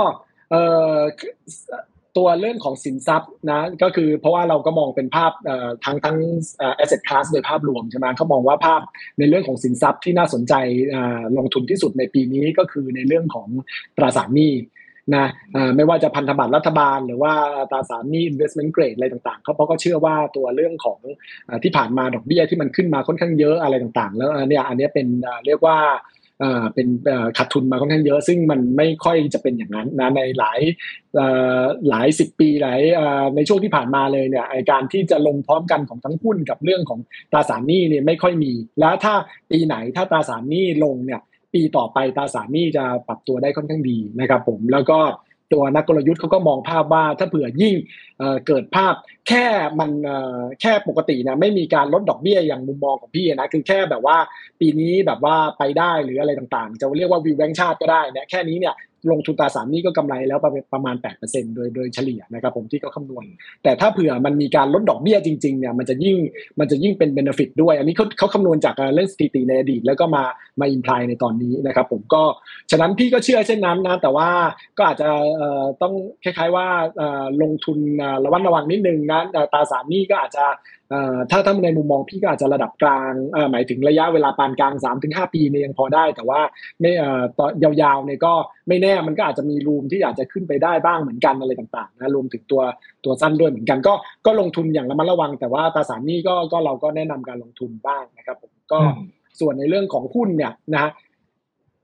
ตัวเรื่องของสินทรัพย์นะก็คือเพราะว่าเราก็มองเป็นภาพทั้งasset class โดยภาพรวมใช่ไหมเขามองว่าภาพในเรื่องของสินทรัพย์ที่น่าสนใจลงทุนที่สุดในปีนี้ก็คือในเรื่องของตราสารหนี้นะไม่ว่าจะพันธบัตรรัฐบาลหรือว่าตราสารหนี้ investment grade อะไรต่างๆเพราะก็เชื่อว่าตัวเรื่องของที่ผ่านมาดอกเบี้ยที่มันขึ้นมาค่อนข้างเยอะอะไรต่างๆแล้วเนี่ยอันนี้เป็นเรียกว่าเป็นขาดทุนมาค่อนข้างเยอะซึ่งมันไม่ค่อยจะเป็นอย่างนั้นนะในหลายสิบปีในช่วงที่ผ่านมาเลยเนี่ยการที่จะลงพร้อมกันของทั้งหุ้นกับเรื่องของตราสารหนี้เนี่ยไม่ค่อยมีแล้วถ้าปีไหนถ้าตราสารหนี้ลงเนี่ยปีต่อไปตราสารหนี้จะปรับตัวได้ค่อนข้างดีนะครับผมแล้วก็ตัวนักกลยุทธ์เขาก็มองภาพว่าถ้าเผื่อยิ่งเกิดภาพแค่มันแค่ปกตินะไม่มีการลดดอกเบี้ยอย่างมุมมองของพี่นะคือแค่แบบว่าปีนี้แบบว่าไปได้หรืออะไรต่างๆจะเรียกว่าวิวแบงก์ชาติก็ได้นะแค่นี้เนี่ยลงทุนตราสารหนี้ก็กำไรแล้วประมาณ 8% โดยเฉลี่ยนะครับผมที่เขาคำนวณแต่ถ้าเผื่อมันมีการลดดอกเบี้ยจริงๆเนี่ยมันจะยิ่งเป็น benefit ด้วยอันนี้เขาคำนวณจากเรื่องสถิติในอดีตแล้วก็มา imply ในตอนนี้นะครับผมก็ฉะนั้นพี่ก็เชื่อเช่นนั้นนะแต่ว่าก็อาจจะต้องคล้ายๆว่าลงทุนระวัดระวังนิดนึงนะตราสารหนี้ก็อาจจะถ้าในมุมมองพี่ก็อาจจะระดับกลางหมายถึงระยะเวลาปานกลาง 3-5 ปีเนี่ยยังพอได้แต่ว่าไม่ต่อยาวๆเนี่ยก็ไม่แน่มันก็อาจจะมีรูมที่อาจจะขึ้นไปได้บ้างเหมือนกันอะไรต่างๆนะรวมถึงตัวสั้นด้วยเหมือนกันก็ลงทุนอย่างระมัดระวังแต่ว่าตราสารหนี้ก็เราก็แนะนำการลงทุนบ้างนะครับผมก็ส่วนในเรื่องของหุ้นเนี่ยนะ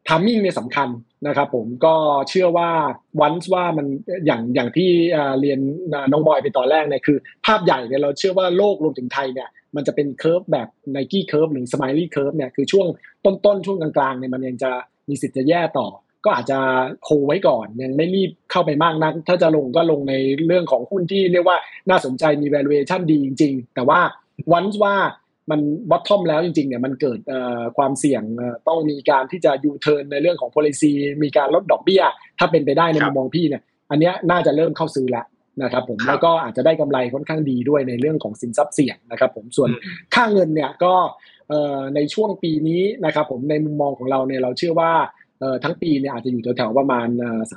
timing เนี่ยสำคัญนะครับผมก็เชื่อว่า once ว่ามันอย่างที่เรียนน้องบอยไปตอนแรกเนี่ยคือภาพใหญ่เนี่ยเราเชื่อว่าโลกรวมถึงไทยเนี่ยมันจะเป็นเคอร์ฟแบบ Nike Curve หรือ Smiley Curve เนี่ยคือช่วงต้นช่วงกลางๆเนี่ยมันยังจะมีสิทธิ์จะแย่ต่อก็อาจจะโคไว้ก่อนยังไม่รีบเข้าไปมากนักถ้าจะลงก็ลงในเรื่องของหุ้นที่เรียกว่าน่าสนใจมี valuation ดีจริงๆแต่ว่า once ว่ามัน bottom แล้วจริงๆเนี่ยมันเกิดความเสี่ยงต้องมีการที่จะ U-turn ในเรื่องของ policy มีการลดดอกเบี้ยถ้าเป็นไปได้ในมุมมองพี่เนี่ยอันเนี้ยน่าจะเริ่มเข้าซื้อแล้วนะครับผมแล้วก็อาจจะได้กำไรค่อนข้างดีด้วยในเรื่องของสินทรัพย์เสี่ยงนะครับผมส่วนค่าเงินเนี่ยก็ในช่วงปีนี้นะครับผมในมุมมองของเราเนี่ยเราเชื่อว่าทั้งปีเนี่ยอาจจะอยู่แถวๆประมาณ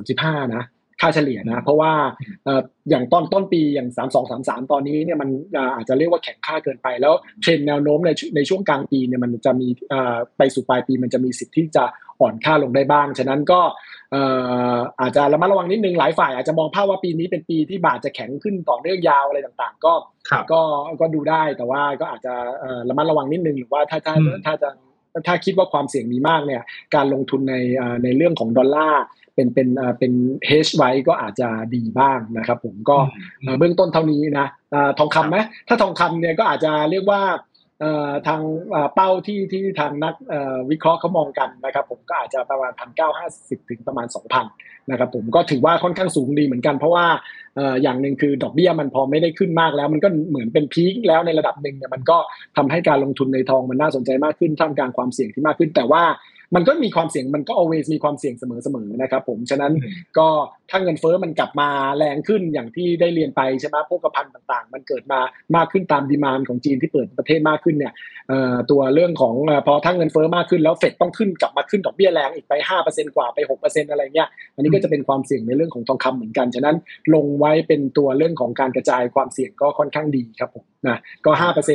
35นะค่าเฉลี่ยนะเพราะว่าอย่างต้นปีอย่าง32-33ตอนนี้เนี่ยมันอาจจะเรียกว่าแข็งค่าเกินไปแล้วเทรนแนวโน้มในช่วงกลางปีเนี่ยมันจะมีไปสู่ปลายปีมันจะมีสิทธิ์ที่จะอ่อนค่าลงได้บ้างฉะนั้นก็อาจจะระมัดระวังนิดนึงหลายฝ่ายอาจจะมองภาพว่าปีนี้เป็นปีที่บาทจะแข็งขึ้นต่อเนื่องยาวอะไรต่างๆก็ดูได้แต่ว่าก็อาจจะระมัดระวังนิดนึงหรือว่าถ้าคิดว่าความเสี่ยงมีมากเนี่ยการลงทุนในเรื่องของดอลลาร์เป็น hedge ไว้ก็อาจจะดีบ้างนะครับผมก็เบื้องต้นเท่านี้นะทองคำไหมถ้าทองคำเนี่ยก็อาจจะเรียกว่าทางเป้าที่ทางนักวิเคราะห์เขามองกันนะครับผมก็อาจจะประมาณ 1,950 ถึงประมาณ 2,000 นะครับผมก็ถือว่าค่อนข้างสูงดีเหมือนกันเพราะว่าอย่างหนึ่งคือดอกเบี้ยมันพอไม่ได้ขึ้นมากแล้วมันก็เหมือนเป็นพีคแล้วในระดับหนึ่งเนี่ยมันก็ทำให้การลงทุนในทองมันน่าสนใจมากขึ้นท่ามกลางความเสี่ยงที่มากขึ้นแต่ว่ามันก็มีความเสี่ยงมันก็ always มีความเสี่ยงเสมอนะครับผมฉะนั้นก็ถ้าเงินเฟ้อมันกลับมาแรงขึ้นอย่างที่ได้เรียนไปใช่ไหมโภคภัณฑ์ต่างๆมันเกิดมามากขึ้นตามดีมานด์ของจีนที่เปิดประเทศมากขึ้นเนี่ยตัวเรื่องของพอถ้าเงินเฟ้อมากขึ้นแล้วเฟดต้องกลับมาขึ้นดอกเบี้ยแรงอีกไป 5% กว่าไป 6% อะไรเงี้ยอันนี้ก็จะเป็นความเสี่ยงในเรื่องของทองคำเหมือนกันฉะนั้นลงไว้เป็นตัวเรื่องของการกระจายความเสี่ยงก็ค่อนข้างดีครับผมนะก็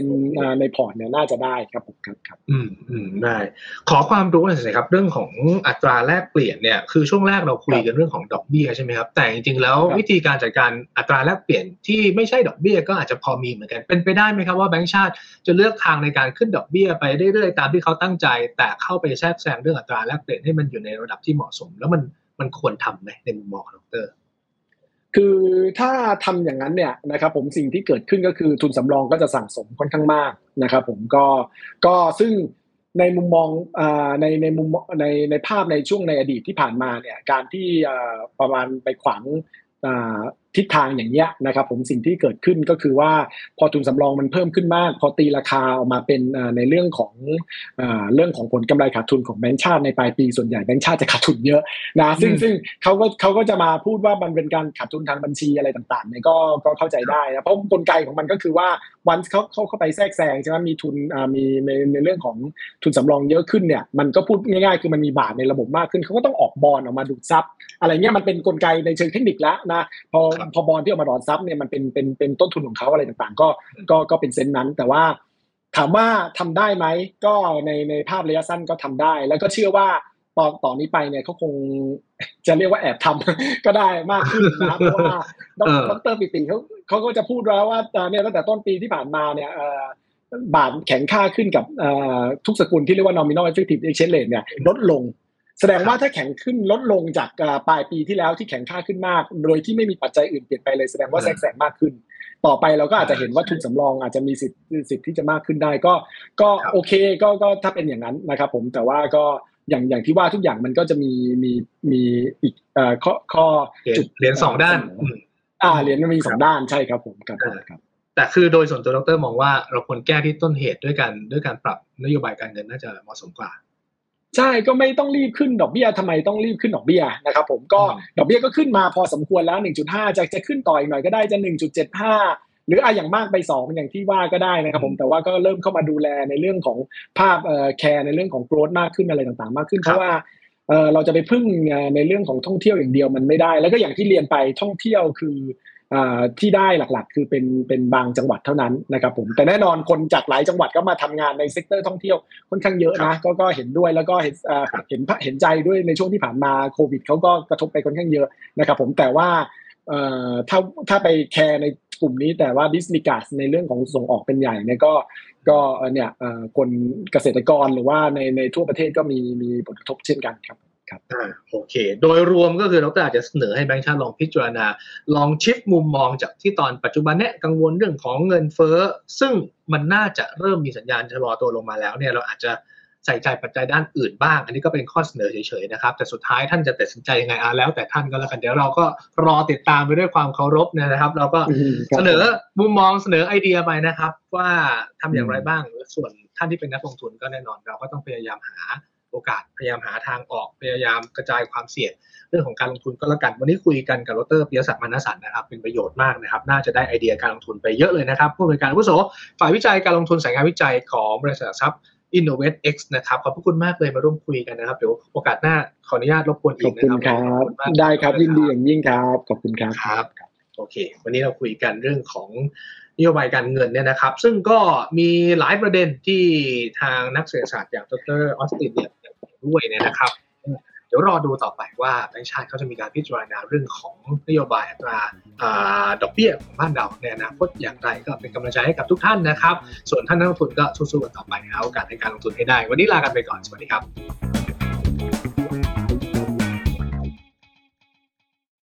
5% ในพอร์ตเนี่ยน่าจะได้ครับผมครับได้ขอความรู้หน่อยสิครับเรื่องของอัตราแลกเปลี่ยนเนี่ยคือช่วงแรกเราคุยกันเรื่องของดอกเบี้ยใช่ไหมครับแต่จริงๆแล้ววิธีการจัดการอัตราแลกเปลี่ยนที่ไม่ใช่ดอกเบี้ยก็อาจจะพอมีเหมือนกันเป็นไปได้ไหมครับว่าแบงก์ชาติจะเลือกทางในการขึ้นดอกเบี้ยไปเรื่อยๆตามที่เขาตั้งใจแต่เข้าไปแทรกแซงเรื่องอัตราแลกเปลี่ยนให้มันอยู่ในระดับที่เหมาะสมแล้วมันควรทำไหมในมุมมองของดร. คือถ้าทำอย่างนั้นเนี่ยนะครับผมสิ่งที่เกิดขึ้นก็คือทุนสำรองก็จะสั่งสมค่อนข้างมากนะครับผมก็ซึ่งในมุมมองในมุมในภาพในช่วงในอดีตที่ผ่านมาเนี่ยการที่ประมาณไปขวางทิศทางอย่างเงี้ยนะครับผมสิ่งที่เกิดขึ้นก็คือว่าพอทุนสำรองมันเพิ่มขึ้นมากพอตีราคาออกมาเป็นในเรื่องของผลกำไรขาดทุนของแบงก์ชาติในปลายปีส่วนใหญ่แบงก์ชาติจะขาดทุนเยอะนะซึ่งเขาก็จะมาพูดว่ามันเป็นการขาดทุนทางบัญชีอะไรต่างๆเนี่ยก็เข้าใจได้นะเพราะกลไกของมันก็คือว่าวันเขาเข้าไปแทรกแซงใช่ไหมมีทุนมีในเรื่องของทุนสำรองเยอะขึ้นเนี่ยมันก็พูดง่ายๆคือมันมีบาทในระบบมากขึ้นเขาก็ต้องออกบอนด์ออกมาดูดซับอะไรเงี้ยมันเป็นกลไกในเชิงเทคนิคแล้วนะพอบอลที่ออกมาดอนซับเนี่ยมันเป็นต้นทุนของเขาอะไรต่างๆก็เป็นเซนส์นั้นแต่ว่าถามว่าทำได้ไหมก็ในภาพระยะสั้นก็ทำได้แล้วก็เชื่อว่าต่อนนี้ไปเนี่ยเขาคงจะเรียกว่าแอบทำก็ได้มากขึ้นนะเพราะว่าดร.ปิติเขาก็จะพูดแล้วว่าเนี่ยตั้งแต่ต้นปีที่ผ่านมาเนี่ยบาทแข็งค่าขึ้นกับทุกสกุลที่เรียกว่า nominal effective exchange rate เนี่ยลดลงแสดงว่าถ้าแข็งขึ้นลดลงจากปลายปีที่แล้วที่แข็งค่าขึ้นมากโดยที่ไม่มีปัจจัยอื่นเปลี่ยนไปเลยแสดงว่าแทรกแซงมากขึ้นต่อไปเราก็อาจจะเห็นว่าทุนสำรองอาจจะมีสิทธิ์ที่จะมากขึ้นได้ก็โอเคก็ถ้าเป็นอย่างนั้นนะครับผมแต่ว่าก็อย่างที่ว่าทุกอย่างมันก็จะมีอีกข้อจุดเหรียญ2ด้านเหรียญมันมี2ด้านใช่ครับผมครับแต่คือโดยส่วนตัวดร.มองว่าเราควรแก้ที่ต้นเหตุด้วยการปรับนโยบายการเงินน่าจะเหมาะสมกว่าใช่ก็ไม่ต้องรีบขึ้นดอกเบี้ยทำไมต้องรีบขึ้นดอกเบี้ยนะครับผมก็ดอกเบี้ยก็ขึ้นมาพอสมควรแล้ว 1.5 จะขึ้นต่ออีกหน่อยก็ได้จะ 1.75 หรืออย่างมากไป2อย่างที่ว่าก็ได้นะครับผมแต่ว่าก็เริ่มเข้ามาดูแลในเรื่องของภาพแคร์ในเรื่องของโกรธมากขึ้นอะไรต่างๆมากขึ้นเพราะว่าเราจะไปพึ่งในเรื่องของท่องเที่ยวอย่างเดียวมันไม่ได้แล้วก็อย่างที่เรียนไปท่องเที่ยวคือที่ได้หลักๆคือเป็นบางจังหวัดเท่านั้นนะครับผมแต่แน่นอนคนจากหลายจังหวัดก็มาทำงานในเซกเตอร์ท่องเที่ยวค่อนข้างเยอะนะก็เห็นด้วยแล้วก็เห็นใจด้วยในช่วงที่ผ่านมาโควิดเขาก็กระทบไปค่อนข้างเยอะนะครับผมแต่ว่าถ้าไปแคร์ในกลุ่มนี้แต่ว่าดิสนิกัสในเรื่องของส่งออกเป็นใหญ่เนี่ยก็เนี่ยคนเกษตรกรหรือว่าในทั่วประเทศก็มีผลกระทบเช่นกันครับโอเคโดยรวมก็คือดร.อาจจะเสนอให้แบงก์ชาติลองพิจารณาลองชิฟมุมมองจากที่ตอนปัจจุบันเนี่ยกังวลเรื่องของเงินเฟ้อซึ่งมันน่าจะเริ่มมีสัญญาณชะลอตัวลงมาแล้วเนี่ยเราอาจจะใส่ใจปัจจัยด้านอื่นบ้างอันนี้ก็เป็นข้อเสนอเฉยๆนะครับแต่สุดท้ายท่านจะตัดสินใจยังไงแล้วแต่ท่านก็แล้วกันเดี๋ยวเราก็รอติดตามไปด้วยความเคารพนะครับเราก็เสนอมุมมองเสนอไอเดียไปนะครับว่าทำอย่างไรบ้างส่วนท่านที่เป็นนักลงทุนก็แน่นอนเราก็ต้องพยายามหาโอกาสพยายามหาทางออกพยายามกระจายความเสี่ยงเรื่องของการลงทุนก็แล้วกันวันนี้คุยกันกับดร.ปิยศักดิ์ มานสันนะครับเป็นประโยชน์มากนะครับน่าจะได้ไอเดียการลงทุนไปเยอะเลยนะครับผู้อำนวยการอาวุโสฝ่ายวิจัยการลงทุนสายงานวิจัยของบริษัทหลักทรัพย์ InnovateX นะครับขอบคุณมากเลยมาร่วมคุยกันนะครับเดี๋ยวโอกาสหน้าขออนุญาตรบกวนอีกนะครับขอบคุณครับได้ครับยินดีอย่างยิ่งครับขอบคุณครับครับโอเควันนี้เราคุยกันเรื่องของนโยบายการเงินเนี่ยนะครับซึ่งก็มีหลายประเด็นที่ทางนักเศรษฐศาสตร์อย่างดร.ออสตินเนี่ยด้วยเนี่ยนะครับเดี๋ยวรอดูต่อไปว่าแบงก์ชาติเขาจะมีการพิจารณาเรื่องของนโยบายอัตราดอกเบี้ยของบ้านเราในอนาคตอย่างไรก็เป็นกำลังใจให้กับทุกท่านนะครับส่วนท่านนักลงทุนก็สู้ๆกันต่อไปหาโอกาสในการลงทุนให้ได้วันนี้ลากันไปก่อนสวัสดีครับ